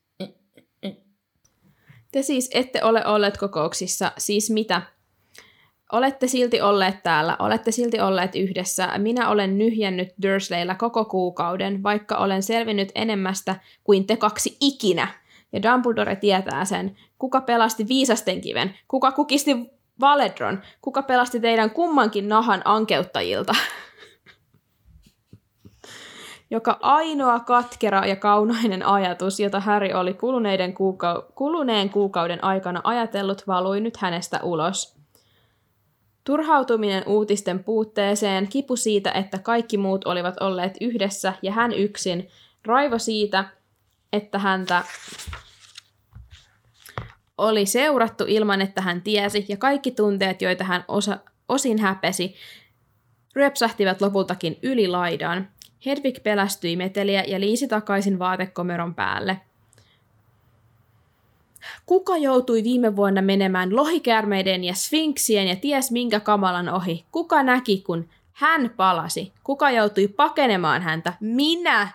Te siis ette ole olleet kokouksissa, siis mitä? Olette silti olleet täällä, olette silti olleet yhdessä. Minä olen nyhjännyt Dursleyllä koko kuukauden, vaikka olen selvinnyt enemmästä kuin te kaksi ikinä. Ja Dumbledore tietää sen. Kuka pelasti viisasten kiven? Kuka kukisti Valedron? Kuka pelasti teidän kummankin nahan ankeuttajilta? Joka ainoa katkera ja kaunainen ajatus, jota Harry oli kuluneen kuukauden aikana ajatellut, valui nyt hänestä ulos. Turhautuminen uutisten puutteeseen, kipu siitä, että kaikki muut olivat olleet yhdessä ja hän yksin, raivo siitä, että häntä oli seurattu ilman, että hän tiesi, ja kaikki tunteet, joita hän osin häpesi, ryöpsähtivät lopultakin yli laidan. Hedwig pelästyi meteliä ja liisi takaisin vaatekomeron päälle. Kuka joutui viime vuonna menemään lohikäärmeiden ja sfinksien ja ties minkä kamalan ohi? Kuka näki, kun hän palasi? Kuka joutui pakenemaan häntä? Minä!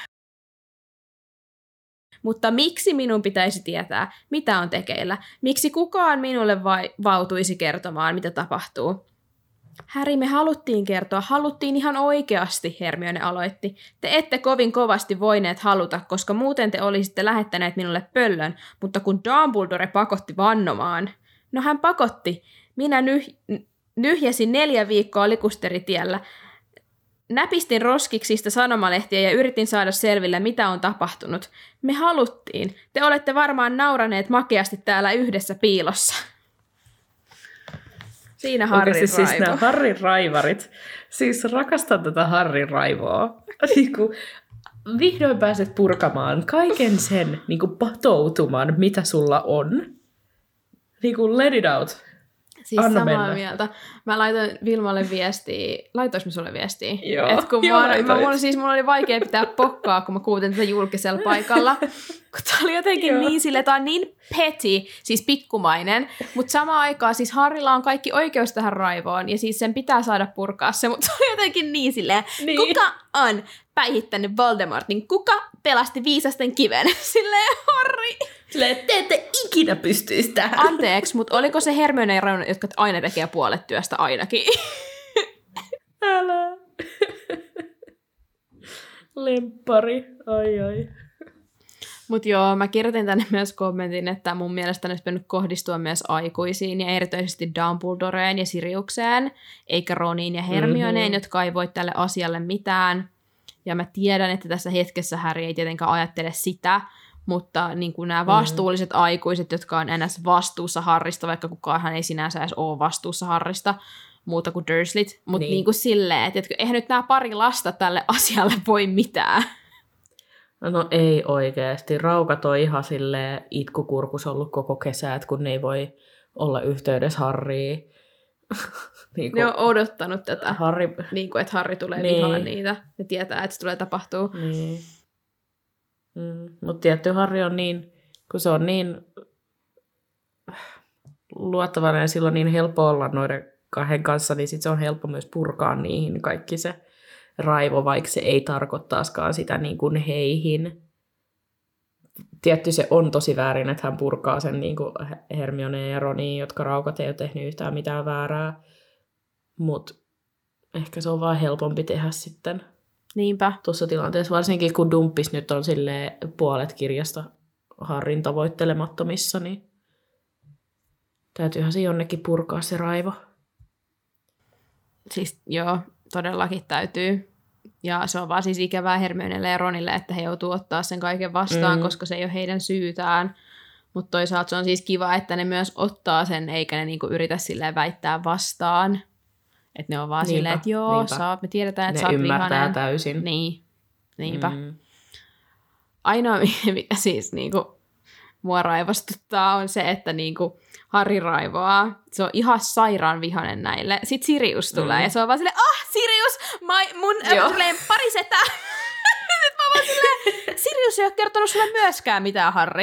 Mutta miksi minun pitäisi tietää, mitä on tekeillä? Miksi kukaan minulle vautuisi kertomaan, mitä tapahtuu? Harry, me haluttiin ihan oikeasti, Hermione aloitti. Te ette kovin kovasti voineet haluta, koska muuten te olisitte lähettäneet minulle pöllön, mutta kun Dumbledore pakotti vannomaan. No hän pakotti. Minä nyhjäsin 4 viikkoa likusteritiellä. Näpistin roskiksista sanomalehtiä ja yritin saada selville, mitä on tapahtunut. Me haluttiin. Te olette varmaan nauraneet makeasti täällä yhdessä piilossa. Siinä Harrin raivo. Siis nämä Harrin raivarit. Siis rakastan tätä Harrin raivoa. Niinku, vihdoin pääset purkamaan kaiken sen niinku patoutuman, mitä sulla on. Niinku let it out. Siis anna samaa mennä. Mieltä. Mä laitoin Vilmalle viestiä. Laitois mä sulle viestiä? Joo. Et kun mulla oli vaikea pitää pokkaa, kun mä kuulin tätä julkisella paikalla. Kun tää oli jotenkin niin sille, tää on niin petty, siis pikkumainen. Mutta samaan aikaan siis Harrilla on kaikki oikeus tähän raivoon. Ja siis sen pitää saada purkaa se, mutta se on jotenkin niin silleen. Niin. Kuka on päihittänyt Voldemortin? Kuka pelasti viisasten kiven? Silleen Harri. Silleen, te ette ikinä pystyisi tähän. Anteeksi, mutta oliko se Hermione ja Ron, jotka aina tekee puolet työstä ainakin? Älä. Lemppari. Ai. Mutta joo, mä kirjoitin tänne myös kommentin, että mun mielestä ne olisi pitänyt kohdistua myös aikuisiin ja erityisesti Dumbledoreen ja Siriukseen, eikä Roniin ja Hermioneen, jotka ei voi tälle asialle mitään. Ja mä tiedän, että tässä hetkessä Harry ei tietenkään ajattele sitä, mutta niin kuin nämä vastuulliset aikuiset, jotka on ns. Vastuussa Harrista, vaikka kukaan ei sinänsä edes ole vastuussa Harrista, muuta kuin Dursleyt, mutta niin kuin silleen, että eihän nyt nämä pari lasta tälle asialle voi mitään. No ei oikeasti. Raukat on ihan silleen itkukurkus ollut koko kesät, kun ne ei voi olla yhteydessä Harryin. Niin kuin, ne on odottanut tätä, niin kuin, että Harry tulee vihaan niitä. Ne tietää, että se tulee tapahtuu. Niin. Mutta tietty Harry on niin, kun se on niin luottavainen ja silloin niin helppo olla noiden 2 kanssa, niin sit se on helppo myös purkaa niihin kaikki se raivo, vaikka se ei tarkoittaisikaan sitä niin kuin heihin. Tietty se on tosi väärin, että hän purkaa sen niin kuin Hermione ja Roniin, jotka raukat ei ole tehnyt yhtään mitään väärää. Mutta ehkä se on vaan helpompi tehdä sitten. Niinpä. Tuossa tilanteessa, varsinkin kun Dumppis nyt on silleen puolet kirjasta Harrin tavoittelemattomissa, niin täytyyhän se jonnekin purkaa se raivo. Siis joo, todellakin täytyy. Ja se on vaan siis ikävää Hermionelle ja Ronille, että he joutuu ottaa sen kaiken vastaan, koska se ei ole heidän syytään. Mutta toisaalta se on siis kiva, että ne myös ottaa sen, eikä ne niinku yritä silleen väittää vastaan. Että ne on vaan silleen, että joo, me tiedetään, että sä oot vihainen. Ne ymmärtää täysin. Niinpä. Ainoa, mikä siis niinku mua raivostuttaa, on se, että niinku Harry raivoaa. Se on ihan sairaan vihainen näille. Sitten Sirius tulee ja se on vaan silleen, Sirius, mun lempparisetä. Sitten mä vaan silleen, Sirius ei ole kertonut sulle myöskään mitään, Harry.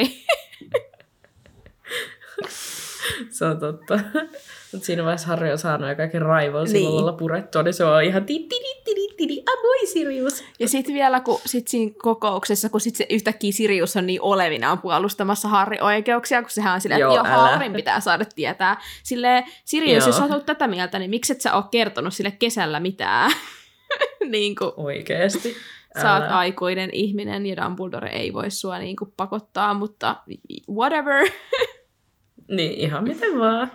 Se on totta. Mutta siinä vaiheessa Harry on saanut jo kaiken raivon silloin purettua, niin se on ihan moi Sirius. Ja sitten vielä, kun siinä kokouksessa, kun sit se yhtäkkiä Sirius on niin olevinaan puolustamassa Harry oikeuksia, kun sehän on silleen, että Harryn pitää saada tietää. Silleen, Sirius, jos sä oot tätä mieltä, niin miksi et sä oo kertonut sille kesällä mitään? Niin kuin, oikeesti. Sä oot aikuinen ihminen ja Dumbledore ei voi sua niin kuin pakottaa, mutta whatever. Niin, ihan miten vaan.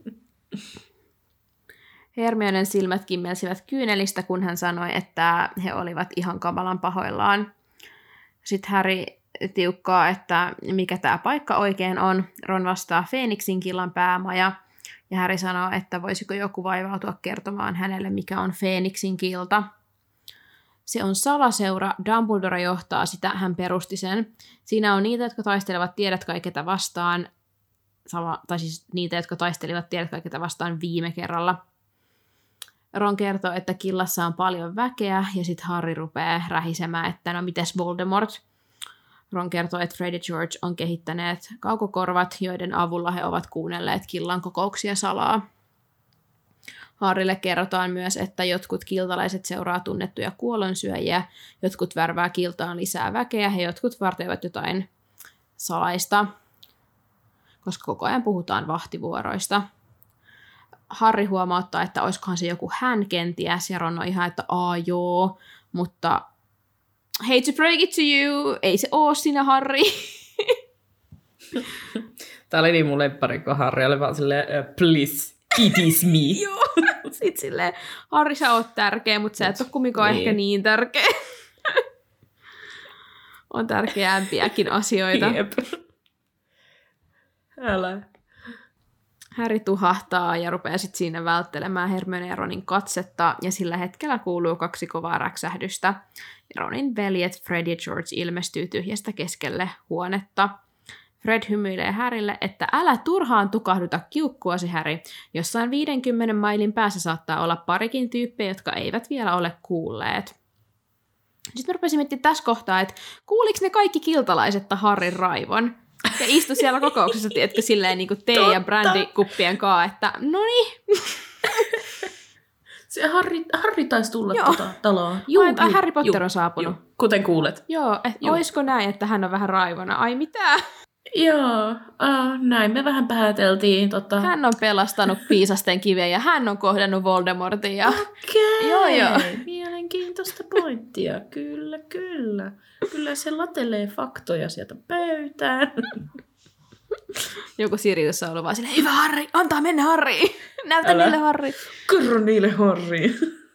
Hermionen silmät kimmelsivät kyynelistä, kun hän sanoi, että he olivat ihan kamalan pahoillaan. Sitten Harry tiukkaa, että mikä tämä paikka oikein on. Ron vastaa Feeniksin killan päämaja. Ja Harry sanoo, että voisiko joku vaivautua kertomaan hänelle, mikä on Feeniksin kilta. Se on salaseura, Dumbledore johtaa sitä, hän perusti sen. Siinä on niitä, jotka taistelevat tiedät kaiketa vastaan, tai siis niitä, jotka taistelivat tiedät kaiketa vastaan viime kerralla. Ron kertoo, että killassa on paljon väkeä, ja sitten Harry rupeaa rähisemään, että no mites Voldemort? Ron kertoo, että Fred ja George on kehittäneet kaukokorvat, joiden avulla he ovat kuunnelleet killan kokouksia salaa. Harrylle kerrotaan myös, että jotkut kiltalaiset seuraa tunnettuja kuolonsyöjiä, jotkut värvää kiltaan lisää väkeä ja jotkut vartioivat jotain salaista, koska koko ajan puhutaan vahtivuoroista. Harry huomauttaa, että olisikohan se joku hän kenties, ja Ron on ihan, että joo, mutta hate to break it to you, ei se oo sinä, Harry. Tää oli niin mun lemppari, kun Harry oli vaan silleen, please, it is me. Joo, sit silleen, Harry sä oot tärkeä, mutta sä et oo kumminkaan ehkä niin tärkeä. On tärkeämpiäkin asioita. Jep. Älä. Harry tuhahtaa ja rupeaa sitten siinä välttelemään Hermione ja Ronin katsetta, ja sillä hetkellä kuuluu 2 kovaa räksähdystä. Ronin veljet Fred ja George ilmestyy tyhjästä keskelle huonetta. Fred hymyilee Harrylle, että älä turhaan tukahduta kiukkuasi, Harry. Jossain 50 mailin päässä saattaa olla parikin tyyppejä, jotka eivät vielä ole kuulleet. Sitten mä rupesin miettimään tässä kohtaa, että kuuliko ne kaikki kiltalaiset Harryn raivon? Ja istu siellä kokouksessa, tiedätkö, silleen niin kuin tee- ja brändikuppien kaa, että noniin. Se Harry taisi tulla taloon. Harry Potter on saapunut. Kuten kuulet. Joo, olisiko näin, että hän on vähän raivona? Ai mitä? Joo, näin me vähän pääteltiin. Hän on pelastanut piisasten kiveä ja hän on kohdannut Voldemortin. Okei, Joo. Mielenkiintoista pointtia. Kyllä. Kyllä se latelee faktoja sieltä pöytään. Joku Sirius on ollut vaan silleen, hyvä Harry, antaa mennä Harry. Näytä niille Harry. Kerro niille Harry.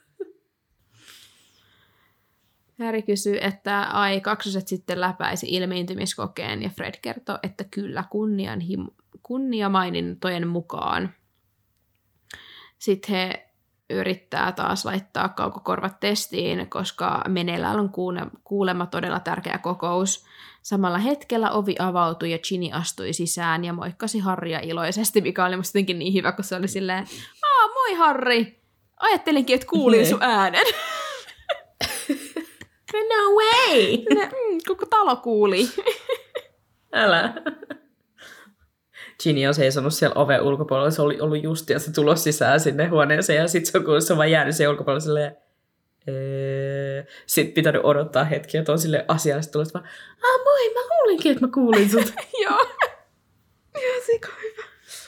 Harry kysyy, että kaksoset sitten läpäisi ilmiintymiskokeen, ja Fred kertoo, että kyllä kunniamainintojen mukaan. Sitten he yrittää taas laittaa kaukokorvat testiin, koska meneillään on kuulemma todella tärkeä kokous. Samalla hetkellä ovi avautui ja Ginny astui sisään ja moikkasi Harrya iloisesti, mikä oli musta jotenkin niin hyvä, kun se oli silleen, moi Harry! Ajattelinkin, että kuulin sun äänen. No way! Koko talo kuuli. Älä. Ginny on seisonut siellä oven ulkopuolella. Se oli ollut justia se tulos sisään sinne huoneeseen. Ja sitten se on kuullut, se on vaan jäänyt siihen ulkopuolella silleen. Sitten pitänyt odottaa hetkiä, että on silleen asiallisesti tullut vaan. Moi, mä luulinkin, että mä kuulin sut. Joo. Ihan sika hyvä.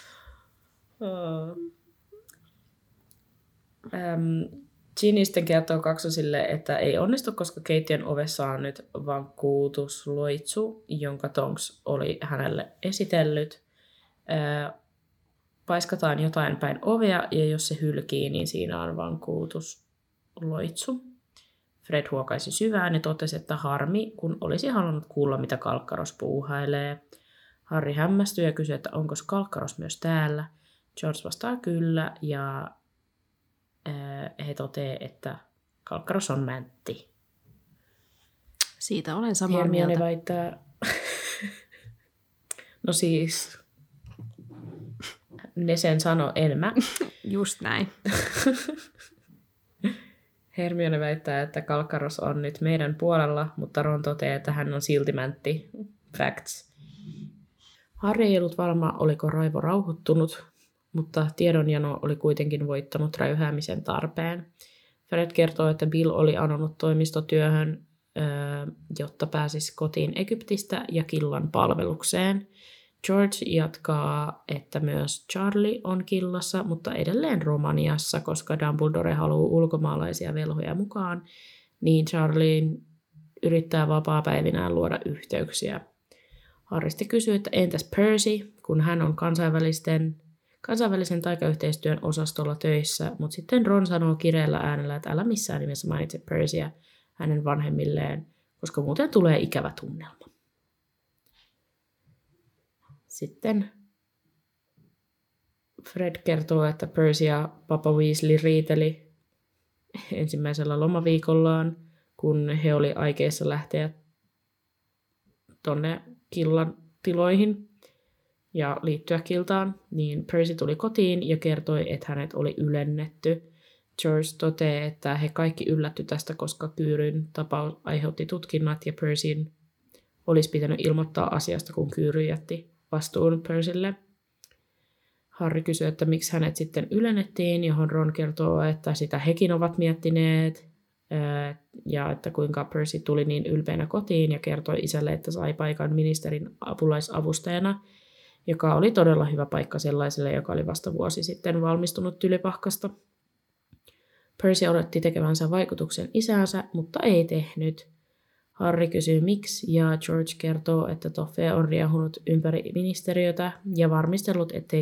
Ginny sitten kertoo kaksosille, että ei onnistu, koska keittiön ovessa on nyt vankkuutusloitsu, jonka Tonks oli hänelle esitellyt. Paiskataan jotain päin ovea, ja jos se hylkii, niin siinä on vankkuutusloitsu. Fred huokaisi syvään ja totesi, että harmi, kun olisi halunnut kuulla, mitä Kalkkaros puuhailee. Harry hämmästyi ja kysyi, että onko Kalkkaros myös täällä. George vastaa kyllä, ja he toteaa, että Kalkkaros on mäntti. Siitä olen samaa mieltä. Hermione väittää... No siis... Ne sen sano, en mä. Just näin. Hermione väittää, että Kalkkaros on nyt meidän puolella, mutta Ron toteaa, että hän on silti mäntti. Facts. Harry ei ollut varma, oliko raivo rauhoittunut, mutta tiedonjano oli kuitenkin voittanut räyhäämisen tarpeen. Fred kertoo, että Bill oli anonut toimistotyöhön, jotta pääsisi kotiin Egyptistä ja Killan palvelukseen. George jatkaa, että myös Charlie on Killassa, mutta edelleen Romaniassa, koska Dumbledore haluaa ulkomaalaisia velhoja mukaan, niin Charlie yrittää vapaapäivinään luoda yhteyksiä. Harry kysyy, että entäs Percy, kun hän on kansainvälisen taikayhteistyön osastolla töissä, mutta sitten Ron sanoo kireellä äänellä, että älä missään nimessä mainitse Percyä hänen vanhemmilleen, koska muuten tulee ikävä tunnelma. Sitten Fred kertoo, että Percy ja Papa Weasley riiteli ensimmäisellä lomaviikollaan, kun he oli aikeissa lähteä tonne Killan tiloihin ja liittyä Kiltaan, niin Percy tuli kotiin ja kertoi, että hänet oli ylennetty. George toteaa, että he kaikki yllätty tästä, koska Kyyryn tapaus aiheutti tutkinnat ja Percyn olisi pitänyt ilmoittaa asiasta, kun Kyyry jätti vastuun Percylle. Harry kysyy, että miksi hänet sitten ylennettiin, johon Ron kertoo, että sitä hekin ovat miettineet, ja että kuinka Percy tuli niin ylpeänä kotiin ja kertoi isälle, että sai paikan ministerin apulaisavustajana. joka oli todella hyvä paikka sellaiselle, joka oli vasta vuosi sitten valmistunut Tylypahkasta. Percy odotti tekevänsä vaikutuksen isäänsä, mutta ei tehnyt. Harry kysyy miksi, ja George kertoo, että Toffee on riehunut ympäri ministeriötä ja varmistellut, ettei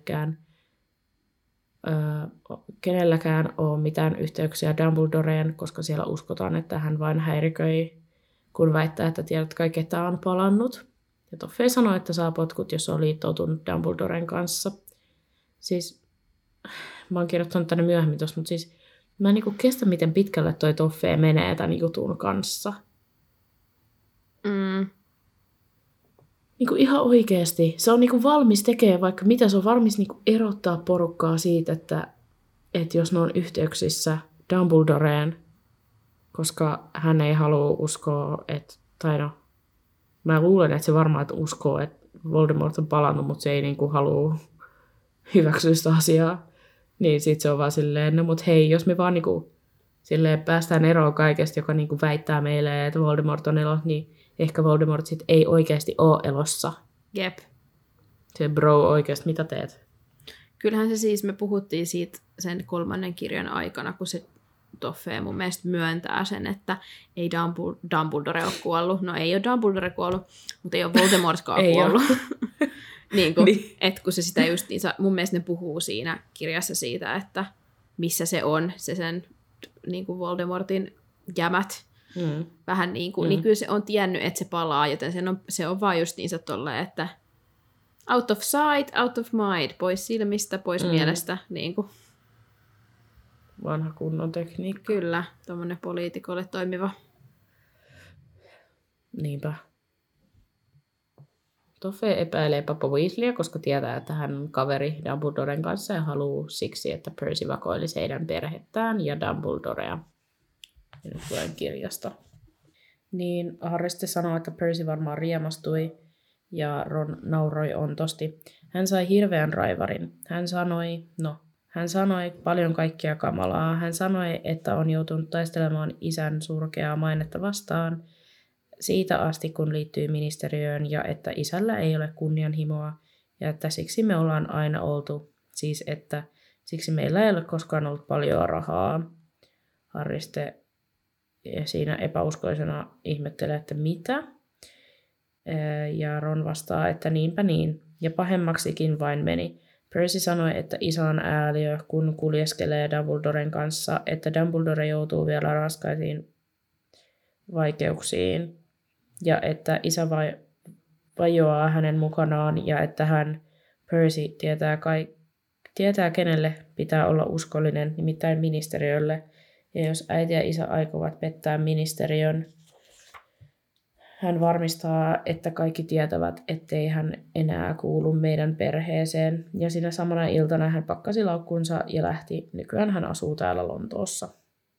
kenelläkään ole mitään yhteyksiä Dumbledoreen, koska siellä uskotaan, että hän vain häiriköi, kun väittää, että tiedät kai ketä on palannut. Ja Toffee sanoi, että saa potkut, jos on liittoutunut Dumbledoren kanssa. Siis, mä oon kirjoittanut tänne myöhemmin tuossa, mutta siis mä en niinku kestä, miten pitkälle toi Toffee menee tämän jutun kanssa. Niinku ihan oikeasti. Se on niinku valmis tekemään vaikka mitä, se on valmis niinku erottaa porukkaa siitä, että jos ne on yhteyksissä Dumbledoreen, koska hän ei halua uskoa, mä luulen, että se varmaan että uskoo, että Voldemort on palannut, mutta se ei niinku halua hyväksyä sitä asiaa. Niin sit se on vaan silleen, no mut hei, jos me vaan niinku silleen päästään eroon kaikesta, joka niinku väittää meille, että Voldemort on elossa, niin ehkä Voldemort sit ei oikeasti ole elossa. Jep. Se bro oikeasti, mitä teet? Kyllähän se siis, me puhuttiin siitä sen 3. kirjan aikana, kun se Toffee mun mielestä myöntää sen, että ei Dumbledore ole kuollut. No ei ole Dumbledore kuollut, mutta ei ole Voldemortkaan kuollut. niin. Et kun se sitä just, niin mun mielestä ne puhuu siinä kirjassa siitä, että missä se on, se sen niin kuin Voldemortin jämät. Vähän niin kuin, niin kyllä se on tiennyt, että se palaa, joten se on vaan just niinsä tolleen, että out of sight, out of mind, pois silmistä, pois mielestä. Niin kuin. Vanha kunnon tekniikka. Kyllä, tommonen poliitikolle toimiva. Niinpä. Toffee epäilee Papa Weasleyä, koska tietää, että hän on kaveri Dumbledoren kanssa ja haluaa siksi, että Percy vakoilisi heidän perhettään ja Dumbledorea. Ja nyt luen kirjasta. Niin Harry sitten sanoi, että Percy varmaan riemastui ja Ron nauroi ontosti. Hän sai hirveän raivarin. Hän sanoi paljon kaikkea kamalaa. Hän sanoi, että on joutunut taistelemaan isän surkeaa mainetta vastaan siitä asti, kun liittyy ministeriöön, ja että isällä ei ole kunnianhimoa, ja että siksi me ollaan aina oltu, siis että siksi meillä ei ole koskaan ollut paljon rahaa. Harry sitten siinä epäuskoisena ihmettelee, että mitä? Ja Ron vastaa, että niinpä niin, ja pahemmaksikin vain meni. Percy sanoi, että isä on ääliö, kun kuljeskelee Dumbledoren kanssa, että Dumbledore joutuu vielä raskaisiin vaikeuksiin, ja että isä vajoaa hänen mukanaan, ja että Percy, tietää kenelle pitää olla uskollinen, nimittäin ministeriölle, ja jos äiti ja isä aikovat pettää ministeriön, hän varmistaa, että kaikki tietävät, ettei hän enää kuulu meidän perheeseen. Ja siinä samana iltana hän pakkasi laukkunsa ja lähti. Nykyään hän asuu täällä Lontoossa.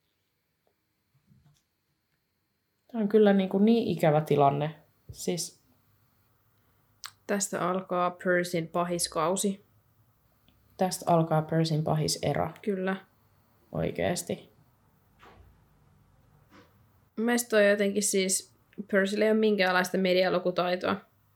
Tämä on kyllä niin ikävä tilanne. Siis tästä alkaa Percyn pahiskausi. Tästä alkaa Percyn pahis era. Kyllä. Oikeesti. Mielestäni toi jotenkin siis Percyllä ei ole minkäänlaista medialukutaitoa.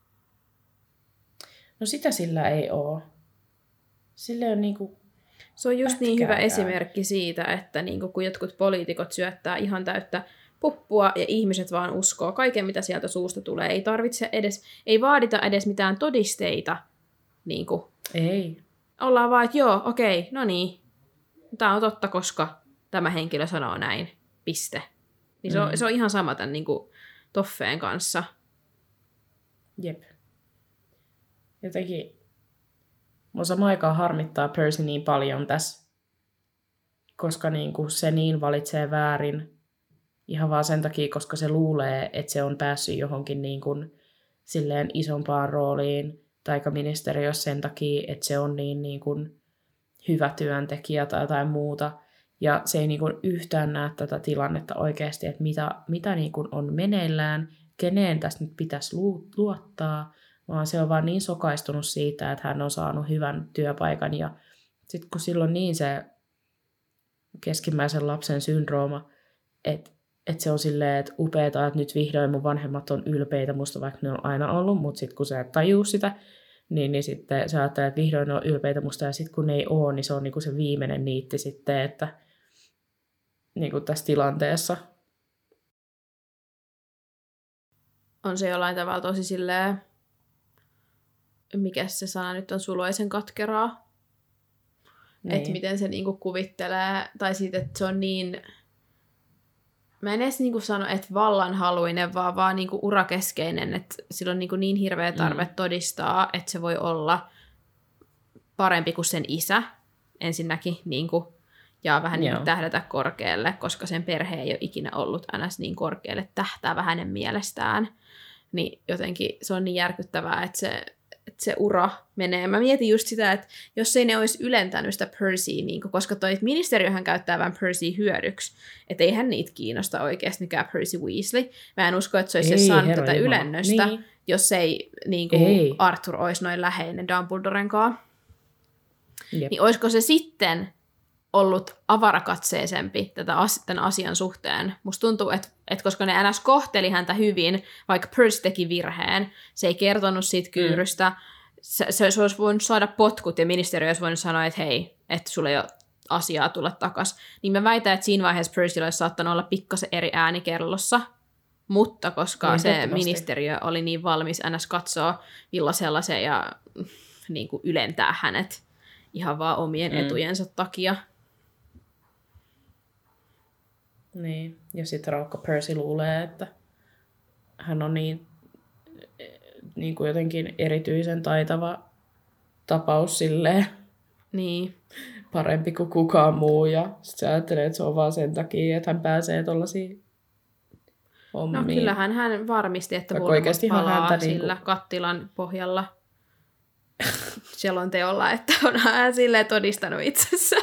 No sitä sillä ei ole. Sillä on se on just niin hyvä esimerkki siitä, että kun jotkut poliitikot syöttää ihan täyttä puppua ja ihmiset vaan uskoo kaiken, mitä sieltä suusta tulee. Ei vaadita edes mitään todisteita. Ei. Ollaan vaan, että joo, okei, no niin. Tämä on totta, koska tämä henkilö sanoo näin. Piste. Niin se on ihan sama tämän Toffeen kanssa. Jep. Jotenkin mun samaan aikaan harmittaa Percy niin paljon tässä, koska se niin valitsee väärin ihan vaan sen takia, koska se luulee, että se on päässyt johonkin silleen isompaan rooliin taikaministeriössä sen takia, että se on niin hyvä työntekijä tai jotain muuta. Ja se ei yhtään näe tätä tilannetta oikeasti, että mitä on meneillään, keneen tässä nyt pitäisi luottaa, vaan se on vaan niin sokaistunut siitä, että hän on saanut hyvän työpaikan. Ja sitten kun silloin niin se keskimmäisen lapsen syndrooma, että se on silleen, että upeeta, että nyt vihdoin mun vanhemmat on ylpeitä musta, vaikka ne on aina ollut, mutta sitten kun se tajuu sitä, niin sitten se ajattelee, että vihdoin ne on ylpeitä musta, ja sitten kun ne ei ole, niin se on niinku se viimeinen niitti sitten, että niinku tässä tilanteessa. On se jollain tavalla tosi silleen, mikä se sana nyt on, suloisen katkeraa. Niin. Että miten se niinku kuvittelee, tai siitä, että se on niin, mä en edes niinku sano, että vallanhaluinen, vaan niinku urakeskeinen, että sillä on niinku niin hirveä tarve todistaa, että se voi olla parempi kuin sen isä ensinnäkin, niinku, ja vähän niinku tähdätä korkealle, koska sen perhe ei ole ikinä ollut ns. Niin korkealle tähtäävä hänen mielestään. Niin jotenkin se on niin järkyttävää, että se ura menee. Mä mietin just sitä, että jos ei ne olisi ylentänyt sitä Percyä, niin koska toi ministeriöhän käyttää vähän Percyä hyödyksi, että eihän niitä kiinnosta oikeasti mikään Percy Weasley. Mä en usko, että se olisi saanut tätä ylennöstä, niin. Jos ei, niin kuin ei Arthur olisi noin läheinen Dumbledoren kanssa. Niin olisiko se sitten ollut avarakatseisempi tämän asian suhteen. Musta tuntuu, että koska ne NS kohteli häntä hyvin, vaikka Percy teki virheen, se ei kertonut siitä kyyrystä, se olisi voinut saada potkut ja ministeriö olisi voinut sanoa, että hei, että sulla ei ole asiaa tulla takas. Niin mä väitän, että siinä vaiheessa Percyllä olisi saattanut olla pikkasen eri ääni kellossa, mutta koska se ministeriö oli niin valmis NS katsoa millaisella se ja niin kuin ylentää hänet ihan vaan omien etujensa takia. Niin, ja sitten raukka Percy luulee, että hän on niin kuin jotenkin erityisen taitava tapaus silleen niin. Parempi kuin kukaan muu, ja sitten se ajattelee, että se on vaan sen takia, että hän pääsee tollaisiin hommiin. No kyllähän hän varmisti, että Voldemort palaa sillä kattilan pohjalla selonteolla, että on hän silleen todistanut itsessä.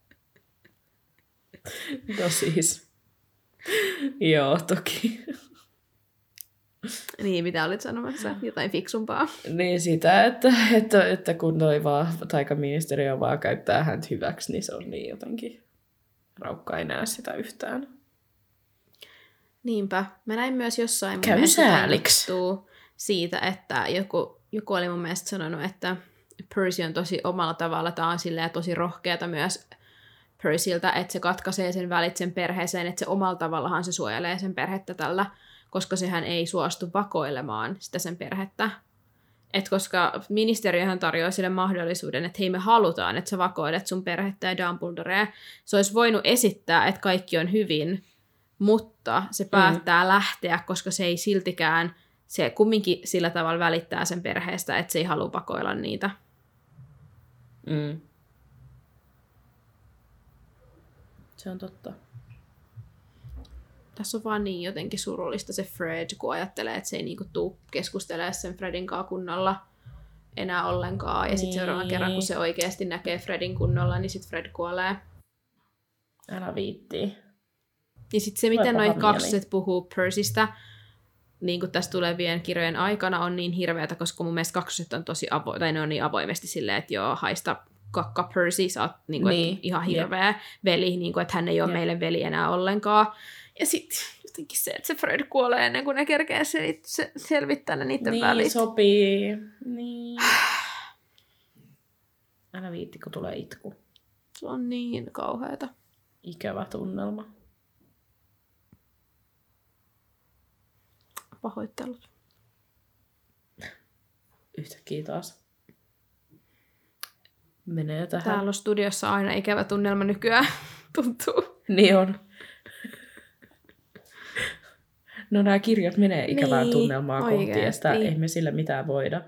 No siis. Joo, toki. Niin, mitä olit sanomassa? Jotain fiksumpaa. Niin sitä, että kun noi vaan taikaministeriö vaan käyttää häntä hyväksi, niin se on niin jotenkin raukka ei näe sitä yhtään. Niinpä. Mä näin myös jossain käy sääliksi siitä, että joku oli mun mielestä sanonut, että Percy on tosi omalla tavalla, tää on silleen tosi rohkeata myös Percyltä, että se katkaisee sen välit sen perheeseen, että se omalla tavallahan se suojelee sen perhettä tällä, koska sehän ei suostu vakoilemaan sitä sen perhettä. Et koska ministeriöhän tarjoaa sille mahdollisuuden, että hei me halutaan, että sä vakoilet sun perhettä ja Dumbledorea. Se olisi voinut esittää, että kaikki on hyvin, mutta se päättää lähteä, koska se ei siltikään, se kumminkin sillä tavalla välittää sen perheestä, että se ei halua vakoilla niitä. Se on totta. Tässä on vaan niin jotenkin surullista se Fred, kun ajattelee, että se ei niinku tuu keskustelemaan sen Fredin kanssa kunnolla enää ollenkaan. Ja sitten seuraavan kerran, kun se oikeasti näkee Fredin kunnolla, niin sitten Fred kuolee. Älä viittii. Ja sitten se, miten noi kaksoset puhuu Percystä, niin kuin tässä tulevien kirjojen aikana, on niin hirveätä, koska mun mielestä kaksoset on tosi tai ne on niin avoimesti silleen, että joo, haista kakka Percy, sä oot niin. Ihan hirveä veli, niin kuin, että hän ei ole meille veli enää ollenkaan. Ja sitten jotenkin se, että se Fred kuolee ennen kuin ne kerkee selvittää ne niiden välit. Niin, sopii. Niin. Älä viitti, kun tulee itku. Se on niin kauheata. Ikävä tunnelma. Pahoittelut. Yhtäkkiä taas. Menee tähän. Täällä on studiossa aina ikävä tunnelma nykyään. Tuntuu. Niin on. No nämä kirjat menee ikävää tunnelmaa kohti, ja sitä ei me sillä mitään voida.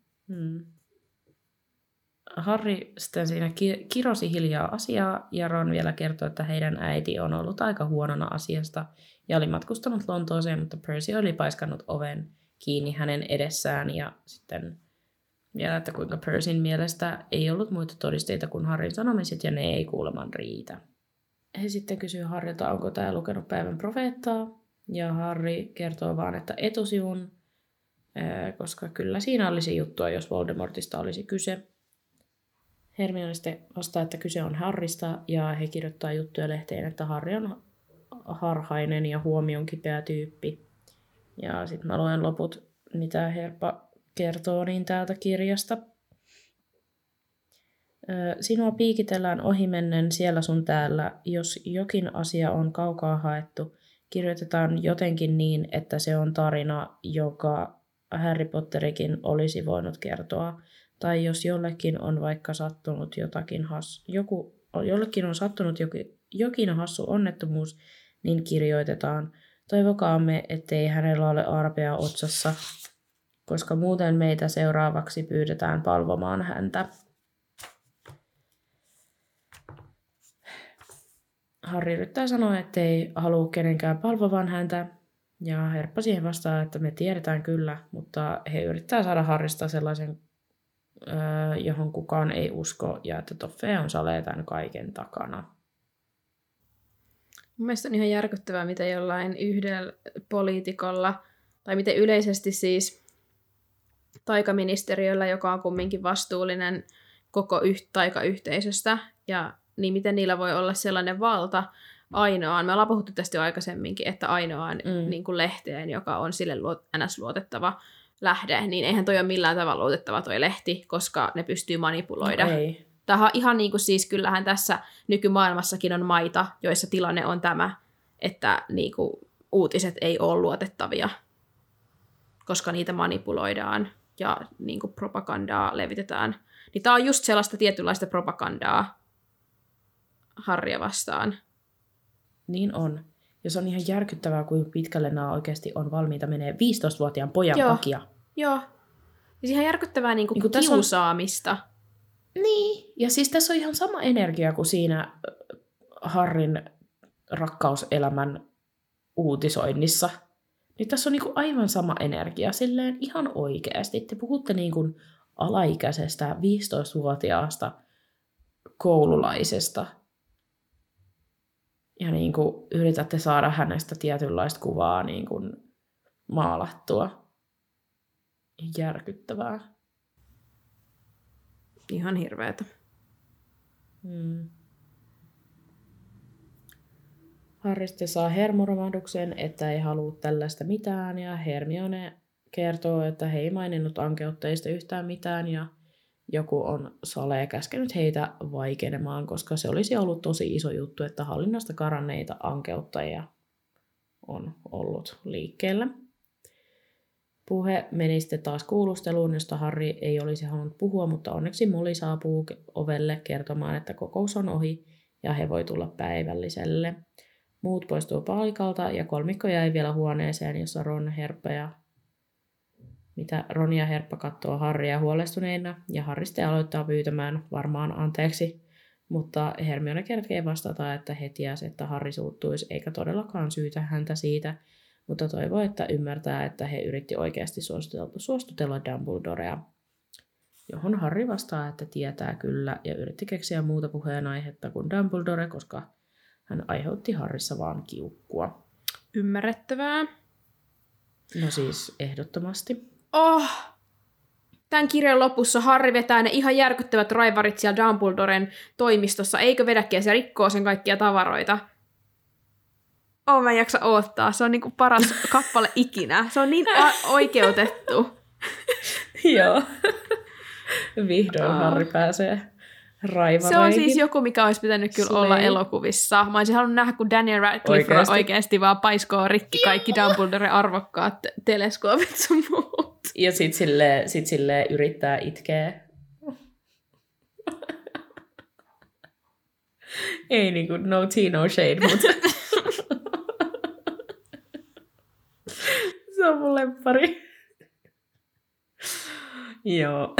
Harry sitten siinä kirosi hiljaa asiaa, ja Ron vielä kertoi, että heidän äiti on ollut aika huonona asiasta, ja oli matkustanut Lontooseen, mutta Percy oli paiskannut oven kiinni hänen edessään, ja sitten vielä, että kuinka Percyn mielestä ei ollut muita todisteita kuin Harryn sanomiset, ja ne ei kuuleman riitä. He sitten kysyy Harrylta, onko tämä lukenut päivän profeettaa, ja Harry kertoo vaan, että etusivun, koska kyllä siinä olisi juttua, jos Voldemortista olisi kyse. Hermione sitten vastaa, että kyse on Harrysta, ja he kirjoittaa juttuja lehteen, että Harry on harhainen ja huomion kipeä tyyppi. Ja sitten mä luen loput, mitä Herpa kertoo niin täältä kirjasta. Sinua piikitellään ohimennen siellä sun täällä, jos jokin asia on kaukaa haettu. Kirjoitetaan jotenkin niin, että se on tarina, joka Harry Potterikin olisi voinut kertoa. Tai jos jollekin on vaikka sattunut jollekin on sattunut jokin hassu onnettomuus, niin kirjoitetaan. Toivokaamme, ettei hänellä ole arpea otsassa, koska muuten meitä seuraavaksi pyydetään palvomaan häntä. Harry yrittää sanoa, ettei halua kenenkään palvovan häntä, ja Herppa siihen vastaa, että me tiedetään kyllä, mutta he yrittää saada Harrysta sellaisen, johon kukaan ei usko, ja että Toffee on salee tämän kaiken takana. Mun mielestä on ihan järkyttävää, miten jollain yhdellä poliitikolla, tai miten yleisesti siis taikaministeriöllä, joka on kumminkin vastuullinen koko taikayhteisöstä, ja niin miten niillä voi olla sellainen valta ainoaan, me ollaan puhuttu tästä jo aikaisemminkin, että ainoaan niin kuin lehteen, joka on sille NS-luotettava lähde, niin eihän toi ole millään tavalla luotettava toi lehti, koska ne pystyy manipuloida. No ei. Tämä on ihan niin kuin siis, kyllähän tässä nykymaailmassakin on maita, joissa tilanne on tämä, että niin kuin uutiset ei ole luotettavia, koska niitä manipuloidaan ja niin kuin propagandaa levitetään. Niin tämä on just sellaista tietynlaista propagandaa Harrya vastaan. Niin on. Ja se on ihan järkyttävää, kuinka pitkälle nämä oikeasti on valmiita menee 15-vuotiaan pojan takia. Joo. Ja ihan järkyttävää niin kuin kiusaamista. Niin. Ja siis tässä on ihan sama energia kuin siinä Harryn rakkauselämän uutisoinnissa. Niin tässä on niin kuin aivan sama energia. Silleen ihan oikeasti. Te puhutte niin kuin alaikäisestä 15-vuotiaasta koululaisesta. Ja niin kuin yritätte saada hänestä tietynlaista kuvaa niin kuin maalattua. Järkyttävää. Ihan hirveetä. Harry saa hermoromahduksen, että ei halua tällaista mitään, ja Hermione kertoo, että he ei maininnut ankeuttajista yhtään mitään, ja joku on salee käskenyt heitä vaikenemaan, koska se olisi ollut tosi iso juttu, että hallinnasta karanneita ankeuttajia on ollut liikkeellä. Puhe meni sitten taas kuulusteluun, josta Harry ei olisi halunnut puhua, mutta onneksi Molly saapuu ovelle kertomaan, että kokous on ohi ja he voi tulla päivälliselle. Muut poistuu paikalta ja kolmikko jäi vielä huoneeseen, jossa Ron ja Herppa katsoo Harrya huolestuneena ja Harry sitten aloittaa pyytämään varmaan anteeksi, mutta Hermione kerkee vastata, että he tiesi, että Harry suuttuisi eikä todellakaan syytä häntä siitä, mutta toivoo, että ymmärtää, että he yritti oikeasti suostutella Dumbledorea, johon Harry vastaa, että tietää kyllä ja yritti keksiä muuta puheenaihetta kuin Dumbledore, koska hän aiheutti Harryssa vaan kiukkua. Ymmärrettävää. No siis ehdottomasti. Tämän kirjan lopussa Harry vetää ne ihan järkyttävät raivarit siellä Dumbledoren toimistossa, eikö vedäkin, se rikkoo sen kaikkia tavaroita. Mä en jaksa odottaa. Se on niinku paras kappale ikinä. Se on niin oikeutettu. Joo. Vihdoin Harry pääsee raivareihin. Se on siis joku, mikä olisi pitänyt kyllä olla elokuvissa. Mä olisin halunnut nähdä, kun Daniel Radcliffe oikeasti vaan paiskoo rikki kaikki Dumbledoren arvokkaat teleskoopit sun muut. Ja sit sille yrittää itkeä. Ei niinku no tea, no shade, mutta se on mun lemppari. Joo.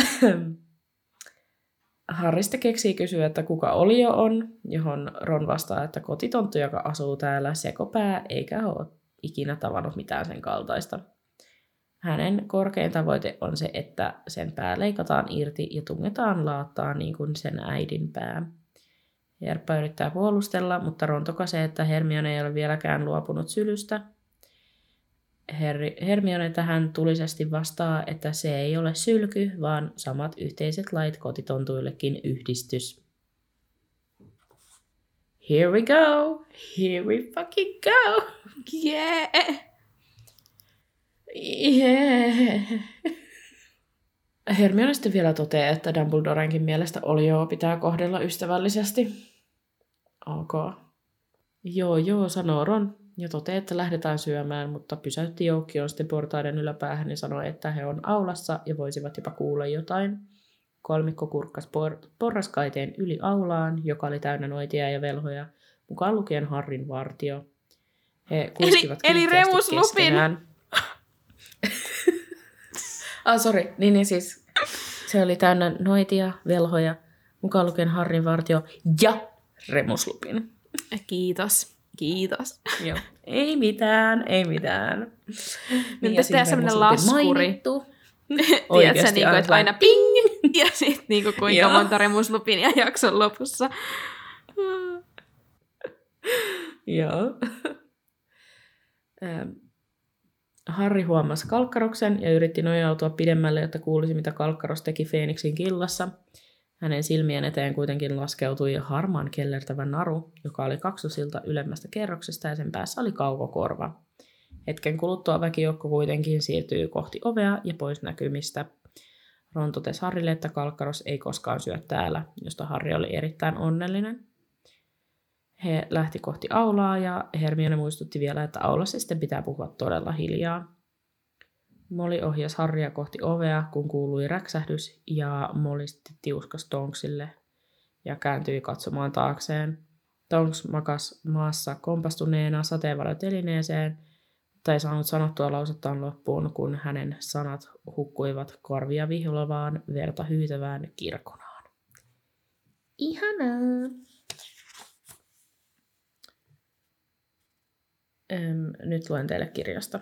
Harry sitten keksii kysyä, että kuka olio on, johon Ron vastaa, että kotitonttu, joka asuu täällä, sekopää, eikä ole ikinä tavannut mitään sen kaltaista. Hänen korkein tavoite on se, että sen pää leikataan irti ja tungetaan laattaan niin kuin sen äidin pää. Herppa yrittää puolustella, mutta Ron tokaisee, että Hermione ei ole vieläkään luopunut sylystä. Hermione tähän tulisesti vastaa, että se ei ole sylky, vaan samat yhteiset lait kotitontuillekin yhdistys. Here we go! Here we fucking go! Yeah! Yeah! Hermione sitten vielä toteaa, että Dumbledorenkin mielestä Oljoo pitää kohdella ystävällisesti. Ok. Joo, sanoo Ron ja toteaa, että lähdetään syömään, mutta pysäytti joukkion sitten portaiden yläpäähän ja sanoi, että he on aulassa ja voisivat jopa kuulla jotain. Kolmikko kurkkasi porraskaiteen yli aulaan, joka oli täynnä noitia ja velhoja, mukaan lukien Harryn vartio. He kuiskivat eli Remus Lupin! Keskenään. Sori. Niin siis se oli täynnä noitia, velhoja, mukaan lukien Harryn vartio ja Remus Lupin. Kiitos. Joo. Ei mitään. Nyt pitäisi tehdä sellainen laskuri. Tiedätkö, niin että aina ping! Ja sitten niin kuinka monta Remus Lupinia jakson lopussa. Joo. Harry huomasi Kalkkaroksen ja yritti nojautua pidemmälle, jotta kuulisi, mitä Kalkkaros teki Feeniksin killassa. Hänen silmien eteen kuitenkin laskeutui harmaan kellertävä naru, joka oli kaksosilta ylemmästä kerroksesta ja sen päässä oli kaukokorva. Hetken kuluttua väkijoukko kuitenkin siirtyi kohti ovea ja pois näkymistä. Ron totesi Harrylle, että Kalkkaros ei koskaan syö täällä, josta Harry oli erittäin onnellinen. He lähti kohti aulaa ja Hermione muistutti vielä, että aulassa sitten pitää puhua todella hiljaa. Molly ohjasi Harrya kohti ovea, kun kuului räksähdys ja Molly sitten tiuskasi Tonksille ja kääntyi katsomaan taakseen. Tonks makasi maassa kompastuneena sateenvarjotelineeseen, mutta ei saanut sanottua lausettaan loppuun, kun hänen sanat hukkuivat korvia vihlovaan, verta hyytävään kirkonaan. Ihanaa! Nyt luen teille kirjasta.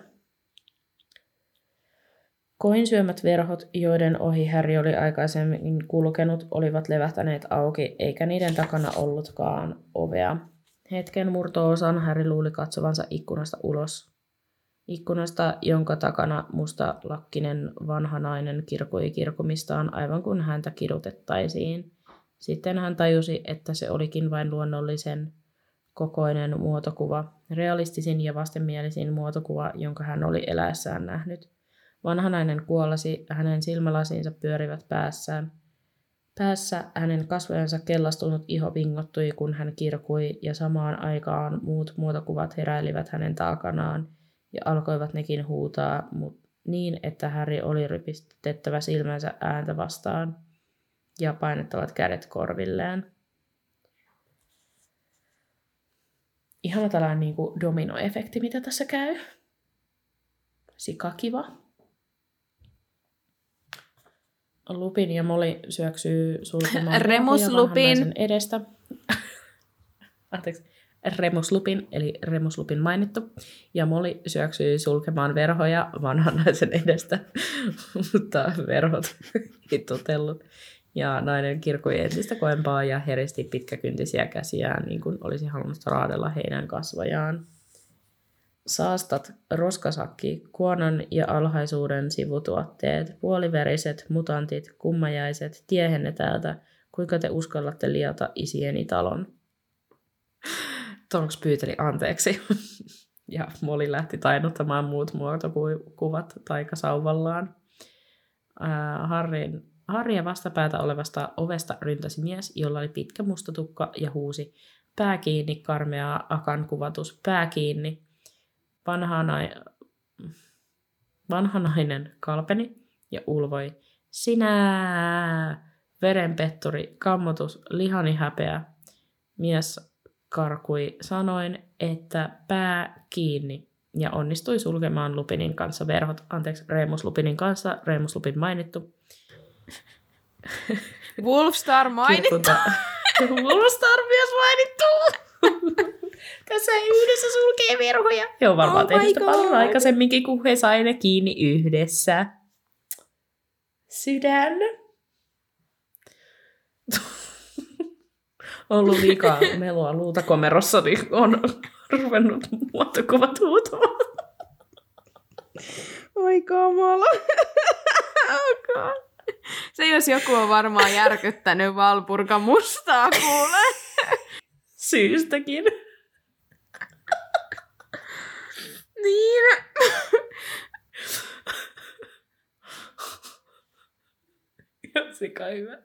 Koinsyömät verhot, joiden ohi Harry oli aikaisemmin kulkenut, olivat levähtäneet auki, eikä niiden takana ollutkaan ovea. Hetken murto-osan Harry luuli katsovansa ikkunasta ulos. Ikkunasta, jonka takana mustalakkinen vanha nainen kirkui kirkumistaan aivan kuin häntä kidutettaisiin. Sitten hän tajusi, että se olikin vain luonnollisen kokoinen muotokuva, realistisin ja vastenmielisin muotokuva, jonka hän oli eläessään nähnyt. Vanha nainen kuollasi, hänen silmälasinsa pyörivät päässään. Päässä hänen kasvojensa kellastunut iho vingottui, kun hän kirkui, ja samaan aikaan muut muotokuvat heräilivät hänen taakanaan, ja alkoivat nekin huutaa, niin, että Harry oli rypistettävä silmänsä ääntä vastaan, ja painettavat kädet korvilleen. Ihana tällainen niin kuin dominoefekti, mitä tässä käy. Sikakiva. Lupin ja Molly syöksyy sulkemaan Remus Lupin edestä. Anteeksi. Remus Lupin, eli Remus Lupin mainittu. Ja Molly syöksyy sulkemaan verhoja vanhan naisen edestä, mutta verhot ei totellut. Ja nainen kirkui entistä koempaa ja heristi pitkäkyntisiä käsiään, niin kuin olisi halunnut raadella heidän kasvojaan. Saastat, roskasakki, kuonon ja alhaisuuden sivutuotteet, puoliveriset, mutantit, kummajaiset, tiehenne täältä, kuinka te uskallatte liata isieni talon. Tonks pyyteli anteeksi. Ja Molly lähti tainnuttamaan muut muotokuvat taikasauvallaan. Harryn vastapäätä olevasta ovesta ryntäsi mies, jolla oli pitkä musta tukka ja huusi pää kiinni, karmeaa Akan kuvatus, pää kiinni. Vanha nainen kalpeni ja ulvoi, sinä, verenpetturi, kammotus, lihani häpeä. Mies karkui sanoin, että pää kiinni ja onnistui sulkemaan Lupinin kanssa verhot. Anteeksi, Remus Lupinin kanssa, Remus Lupin mainittu. Wolfstar mainittu. Wolfstar myös mainittu. Tässä yhdessä sulkee verhoja. He on varmaan tehnyt sitä paljon aikaisemminkin, kun he sai ne kiinni yhdessä. Sydän. On ollut liikaa melua luutakomerossa, niin on ruvennut muotokuvat huutamaan. Oi kamala. Se jos joku on varmaan järkyttänyt Valpurga mustaa, kuule. Syystäkin. Niin. Sika hyvä.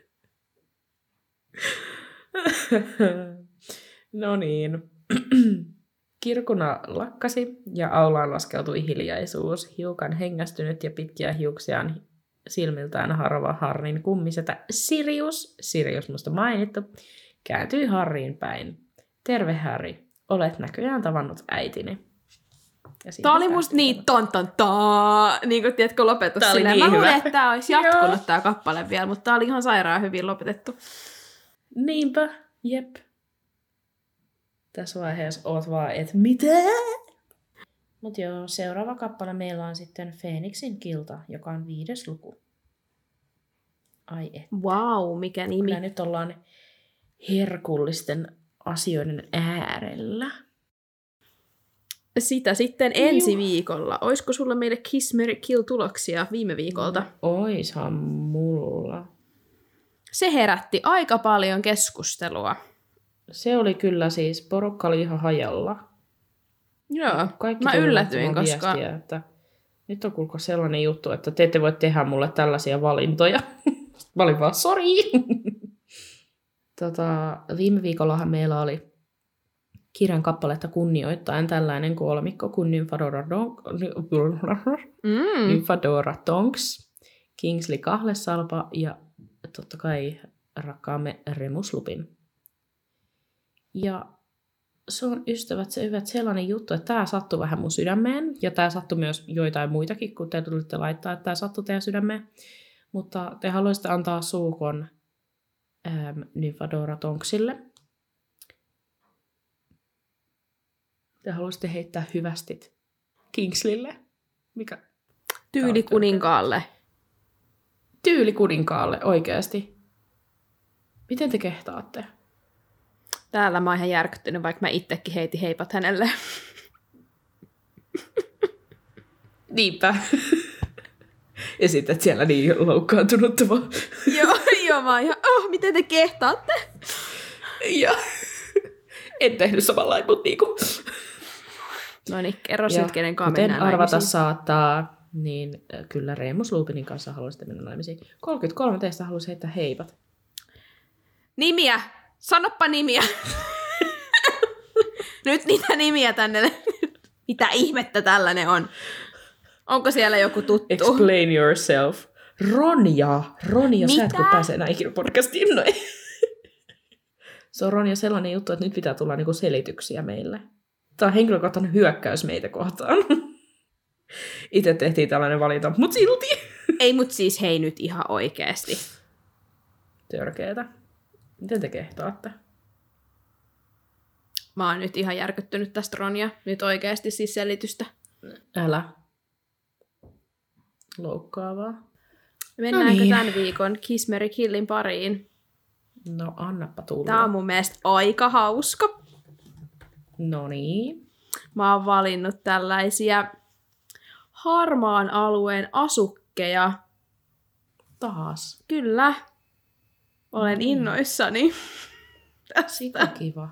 No niin. Kirkuna lakkasi ja aulaan laskeutui hiljaisuus. Hiukan hengästynyt ja pitkiä hiuksiaan silmiltään harva Harrin kummisetä Sirius musta mainittu, kääntyi Harriin päin. Terve Harry, olet näköjään tavannut äitini. Tää oli musta niin niin kuin tiedätkö lopetus tää silleen. Niin mä hyvä. luulen, että tää olisi jatkunut tää kappale vielä, mutta tää oli ihan sairaan hyvin lopetettu. Niinpä, jep. Tässä vaiheessa oot vaan, että mitä? Mut joo, seuraava kappale meillä on sitten Feeniksin kilta, joka on 5. luku. Ai et. Wow, mikä nimi. Kyllä nyt ollaan herkullisten asioiden äärellä. Sitä sitten ensi viikolla. Oisko sulla meille Kiss, Marry, Kill -tuloksia viime viikolta? Oishan mulla. Se herätti aika paljon keskustelua. Se oli kyllä siis, porukka oli ihan hajalla. Joo, Kaikki mä tuli yllätyin, laittamaan koska... viestiä, että nyt on kuulko sellainen juttu, että te ette voi tehdä mulle tällaisia valintoja. Mä olin vaan, sori. Viime viikollahan meillä oli kirjan kappaletta kunnioittaen tällainen kolmikko kuin Nymphadora Tonks, Kingsley Kahlesalpa ja totta kai rakkaamme Remus Lupin. Ja se on ystävät se hyvät sellainen juttu, että tämä sattui vähän mun sydämeen, ja tämä sattui myös joitain muitakin, kun te tulitte laittaa, että tämä sattui teidän sydämeen. Mutta te haluaisitte antaa suukon Nymphadora Tonksille. Te haluaisitte heittää hyvästit Kingsleylle. Mikä? Tyylikuninkaalle. Tyylikuninkaalle, oikeasti. Miten te kehtaatte? Täällä mä oon ihan järkyttynyt, vaikka mä itsekin heitin heipat hänelle. Niinpä. Ja sitten siellä niin loukkaantunutta vaan. Joo, mä oon ihan, miten te kehtaatte? Ja en tehnyt samalla mutta niinku. No niin, kerro nyt, kenen kanssa kuten mennään arvata naimisiin. saattaa, niin kyllä Remus Lupinin kanssa haluaisitte mennä naimisiin. 33 teistä haluaisi heittää heipat. Nimiä! Sanoppa nimiä! Nyt niitä nimiä tänne. Mitä ihmettä tällainen on? Onko siellä joku tuttu? Explain yourself. Ronja, Mitä? sä etkö pääse enää ikinä podcastiin noin. Se on Ronja sellainen juttu, että nyt pitää tulla niinku selityksiä meille. Tämä on henkilökohtainen hyökkäys meitä kohtaan. Itse tehtiin tällainen valinta, mutta silti. Ei, mut siis hei nyt ihan oikeesti. Törkeetä. Miten te kehtaatte? Mä oon nyt ihan järkyttynyt tästä Ronja. Nyt oikeesti siis selitystä. Älä. Loukkaavaa. Mennäänkö No niin. tämän viikon Kiss, Marry, Killin pariin? No annappa tulla. Tää on mun mielestä aika hauska. No niin. Mä oon valinnut tällaisia harmaan alueen asukkeja. Taas. Kyllä. Olen innoissani. Sitä kiva.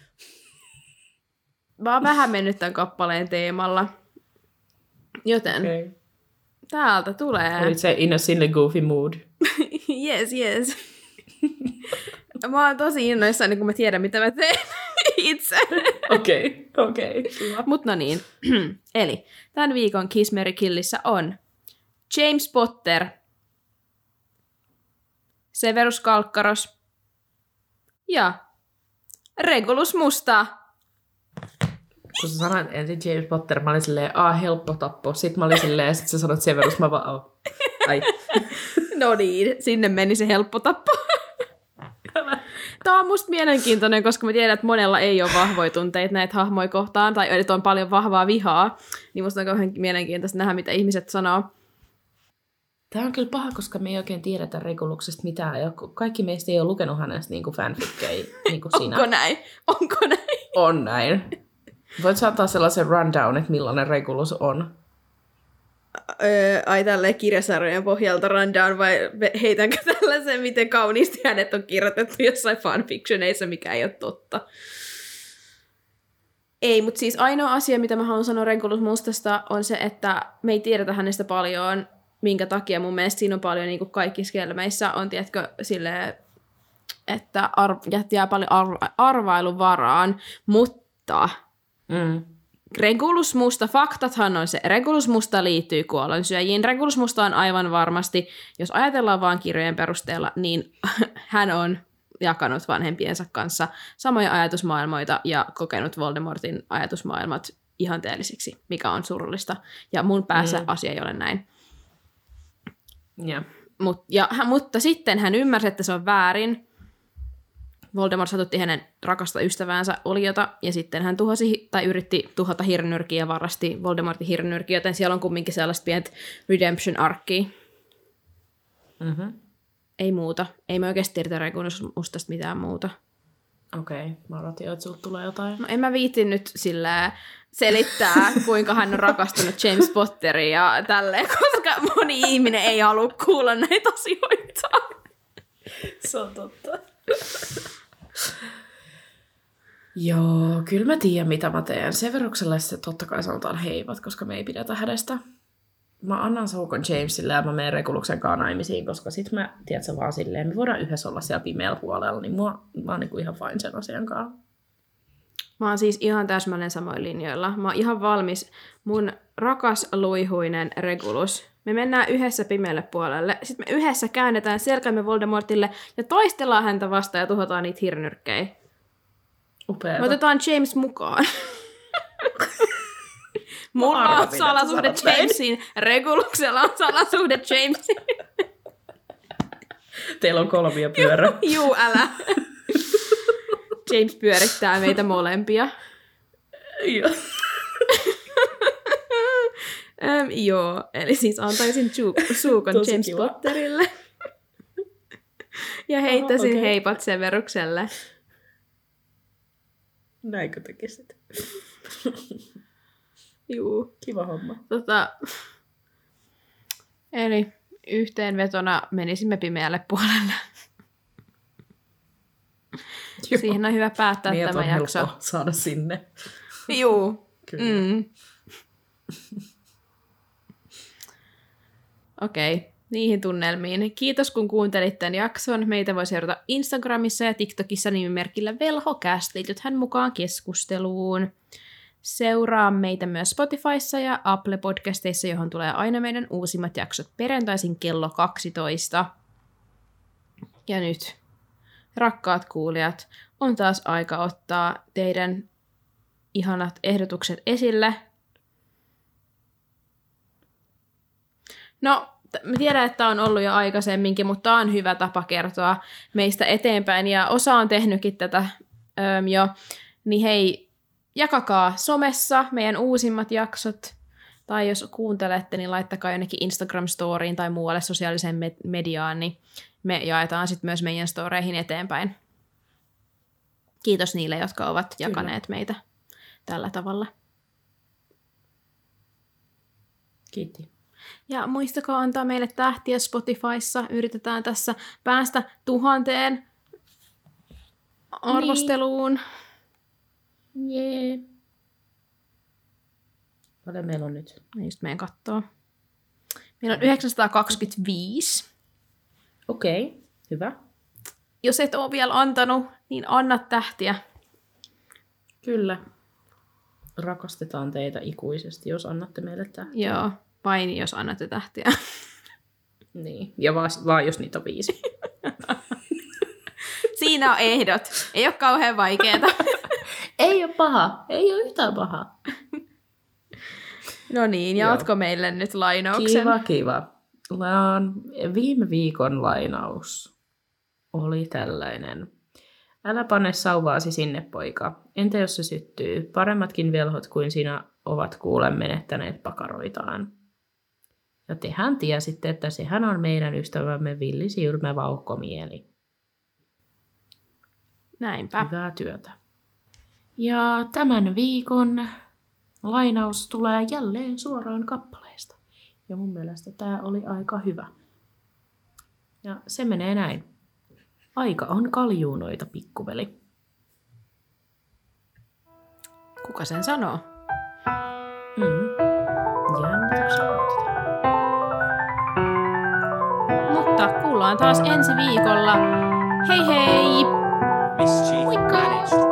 Mä oon vähän mennyt tämän kappaleen teemalla. Joten Okay. täältä tulee. Olit se in a silly goofy mood. Yes. Mä oon tosi innoissani, kun mä tiedän, mitä mä teen itse. Okei. Kiva. Mut no niin. Eli tämän viikon Kiss, Marry, Killissä on James Potter, Severus Kalkkaros ja Regulus Musta. Kun sä sanoit ensin James Potter, mä olin silleen, helppo tappo. Sitten mä olin silleen, sit sä sanoit Severus, mä vaan, ai. No niin, sinne meni se helppo tappo. Tämä on musta mielenkiintoinen, koska mä tiedän, että monella ei ole vahvoja tunteita näitä hahmoja kohtaan, tai että on paljon vahvaa vihaa, niin musta on kauhean mielenkiintoista nähdä, mitä ihmiset sanoo. Tämä on kyllä paha, koska me ei oikein tiedetä Reguluksesta mitään, ja kaikki meistä ei ole lukenut hänestä niinku fanfikkejä, niin kuin sinä. Onko näin? On näin. Voit saattaa sellaisen rundown, että millainen Regulus on. Ai tälleen kirjasarjojen pohjalta rundown, vai heitänkö tällaisen, miten kauniisti hänet on kirjoitettu jossain fanfictioneissa, mikä ei ole totta. Ei, mutta siis ainoa asia, mitä mä haluan sanoa Regulus Mustasta, on se, että me ei tiedetä hänestä paljon, minkä takia mun mielestä siinä on paljon niin kuin kaikissa kelmeissä on, tiedätkö, silleen, että jää paljon arvailun varaan, mutta Regulus Musta, faktathan on se, Regulus Musta liittyy kuollonsyöjiin. Regulus Musta on aivan varmasti, jos ajatellaan vaan kirjojen perusteella, niin hän on jakanut vanhempiensa kanssa samoja ajatusmaailmoita ja kokenut Voldemortin ajatusmaailmat ihanteellisiksi, mikä on surullista. Ja mun päässä asia ei ole näin. Yeah. Mutta sitten hän ymmärsi, että se on väärin. Voldemort satutti hänen rakasta ystäväänsä Oliota, ja sitten hän yritti tuhota hirnyrkiä ja varasti Voldemortin hirnyrkiä, joten siellä on kumminkin sellaista pientä redemption-arkkia. Ei muuta. Ei me oikeasti tiedetä Regulus Mustasta mitään muuta. Okei, mä odotin jo, että sulta tulee jotain. No en mä viitti nyt sillä selittää, kuinka hän on rakastunut James Potteriin ja tälleen, koska moni ihminen ei halua kuulla näitä asioita. Se on totta. Joo, kyllä mä tiedän, mitä mä teen. Severukselle se totta kai sanotaan heivat, koska me ei pidetä hänestä. Mä annan Saukon Jamesille ja mä menen Reguluksen kanssa naimisiin, koska sit mä, tiedätkö, vaan silleen, me voidaan yhdessä olla siellä pimeällä puolella, niin mä oon niinku ihan fine sen asian kanssa. Mä oon siis ihan täsmälleen samoin linjoilla. Mä oon ihan valmis. Mun rakas luihuinen Regulus. Me mennään yhdessä pimeälle puolelle. Sitten me yhdessä käännetään selkämme Voldemortille ja taistellaan häntä vastaan ja tuhotaan niitä hirnyrkkejä. Upeeta. Me otetaan James mukaan. Mulla on salasuhde Jamesiin. Reguluksella on salasuhde Jamesiin. Teillä on kolmiopyörä. Juu, älä. James pyörittää meitä molempia. Joo. Joo, eli siis antaisin suukon James kiva. Potterille. Ja heittäisin heipat Severukselle. Näinkö tekisit? Juu. Kiva homma. Eli yhteenvetona menisimme pimeälle puolelle. Joo. Siihen on hyvä päättää niin, tämä jakso. Helppo saada sinne. Juu. Okei, niihin tunnelmiin. Kiitos kun kuuntelit tämän jakson. Meitä voi seurata Instagramissa ja TikTokissa nimimerkillä VelhoCast. Liitythän mukaan keskusteluun. Seuraa meitä myös Spotifyssa ja Apple-podcasteissa, johon tulee aina meidän uusimmat jaksot perjantaisin kello 12. Ja nyt, rakkaat kuulijat, on taas aika ottaa teidän ihanat ehdotukset esille. No, mä tiedän, että on ollut jo aikaisemminkin, mutta tämä on hyvä tapa kertoa meistä eteenpäin, ja osa on tehnytkin tätä jo, niin hei, jakakaa somessa meidän uusimmat jaksot, tai jos kuuntelette, niin laittakaa jonnekin Instagram-storiin tai muualle sosiaaliseen mediaan, niin me jaetaan sitten myös meidän storeihin eteenpäin. Kiitos niille, jotka ovat jakaneet meitä tällä tavalla. Kiitti. Ja muistakaa antaa meille tähtiä Spotifyssa. Yritetään tässä päästä 1000 arvosteluun. Jee. Paljon meillä on nyt? Just meidän kattoo. Meillä on 925. Okei, hyvä. Jos et ole vielä antanut, niin anna tähtiä. Kyllä. Rakastetaan teitä ikuisesti, jos annatte meille tähtiä. Joo, vain jos annatte tähtiä. Niin, ja vaan jos niitä on 5. Siinä on ehdot. Ei ole kauhean vaikeeta. Ei ole paha. Ei ole yhtään paha. No niin, jaatko meille nyt lainauksen? Kiva. Viime viikon lainaus oli tällainen. Älä pane sauvaasi sinne, poika. Entä jos se syttyy? Paremmatkin velhot kuin sinä ovat kuulen menettäneet pakaroitaan. Ja tehän tiesitte, että sehän on meidän ystävämme villisilmä vauhkomieli. Näinpä. Hyvää työtä. Ja tämän viikon lainaus tulee jälleen suoraan kappaleesta. Ja mun mielestä tää oli aika hyvä. Ja se menee näin. Aika on kaljuunoita, pikkuveli. Kuka sen sanoo? Jännityksellä otetaan. kuullaan taas ensi viikolla. Hei hei! Mischief managed.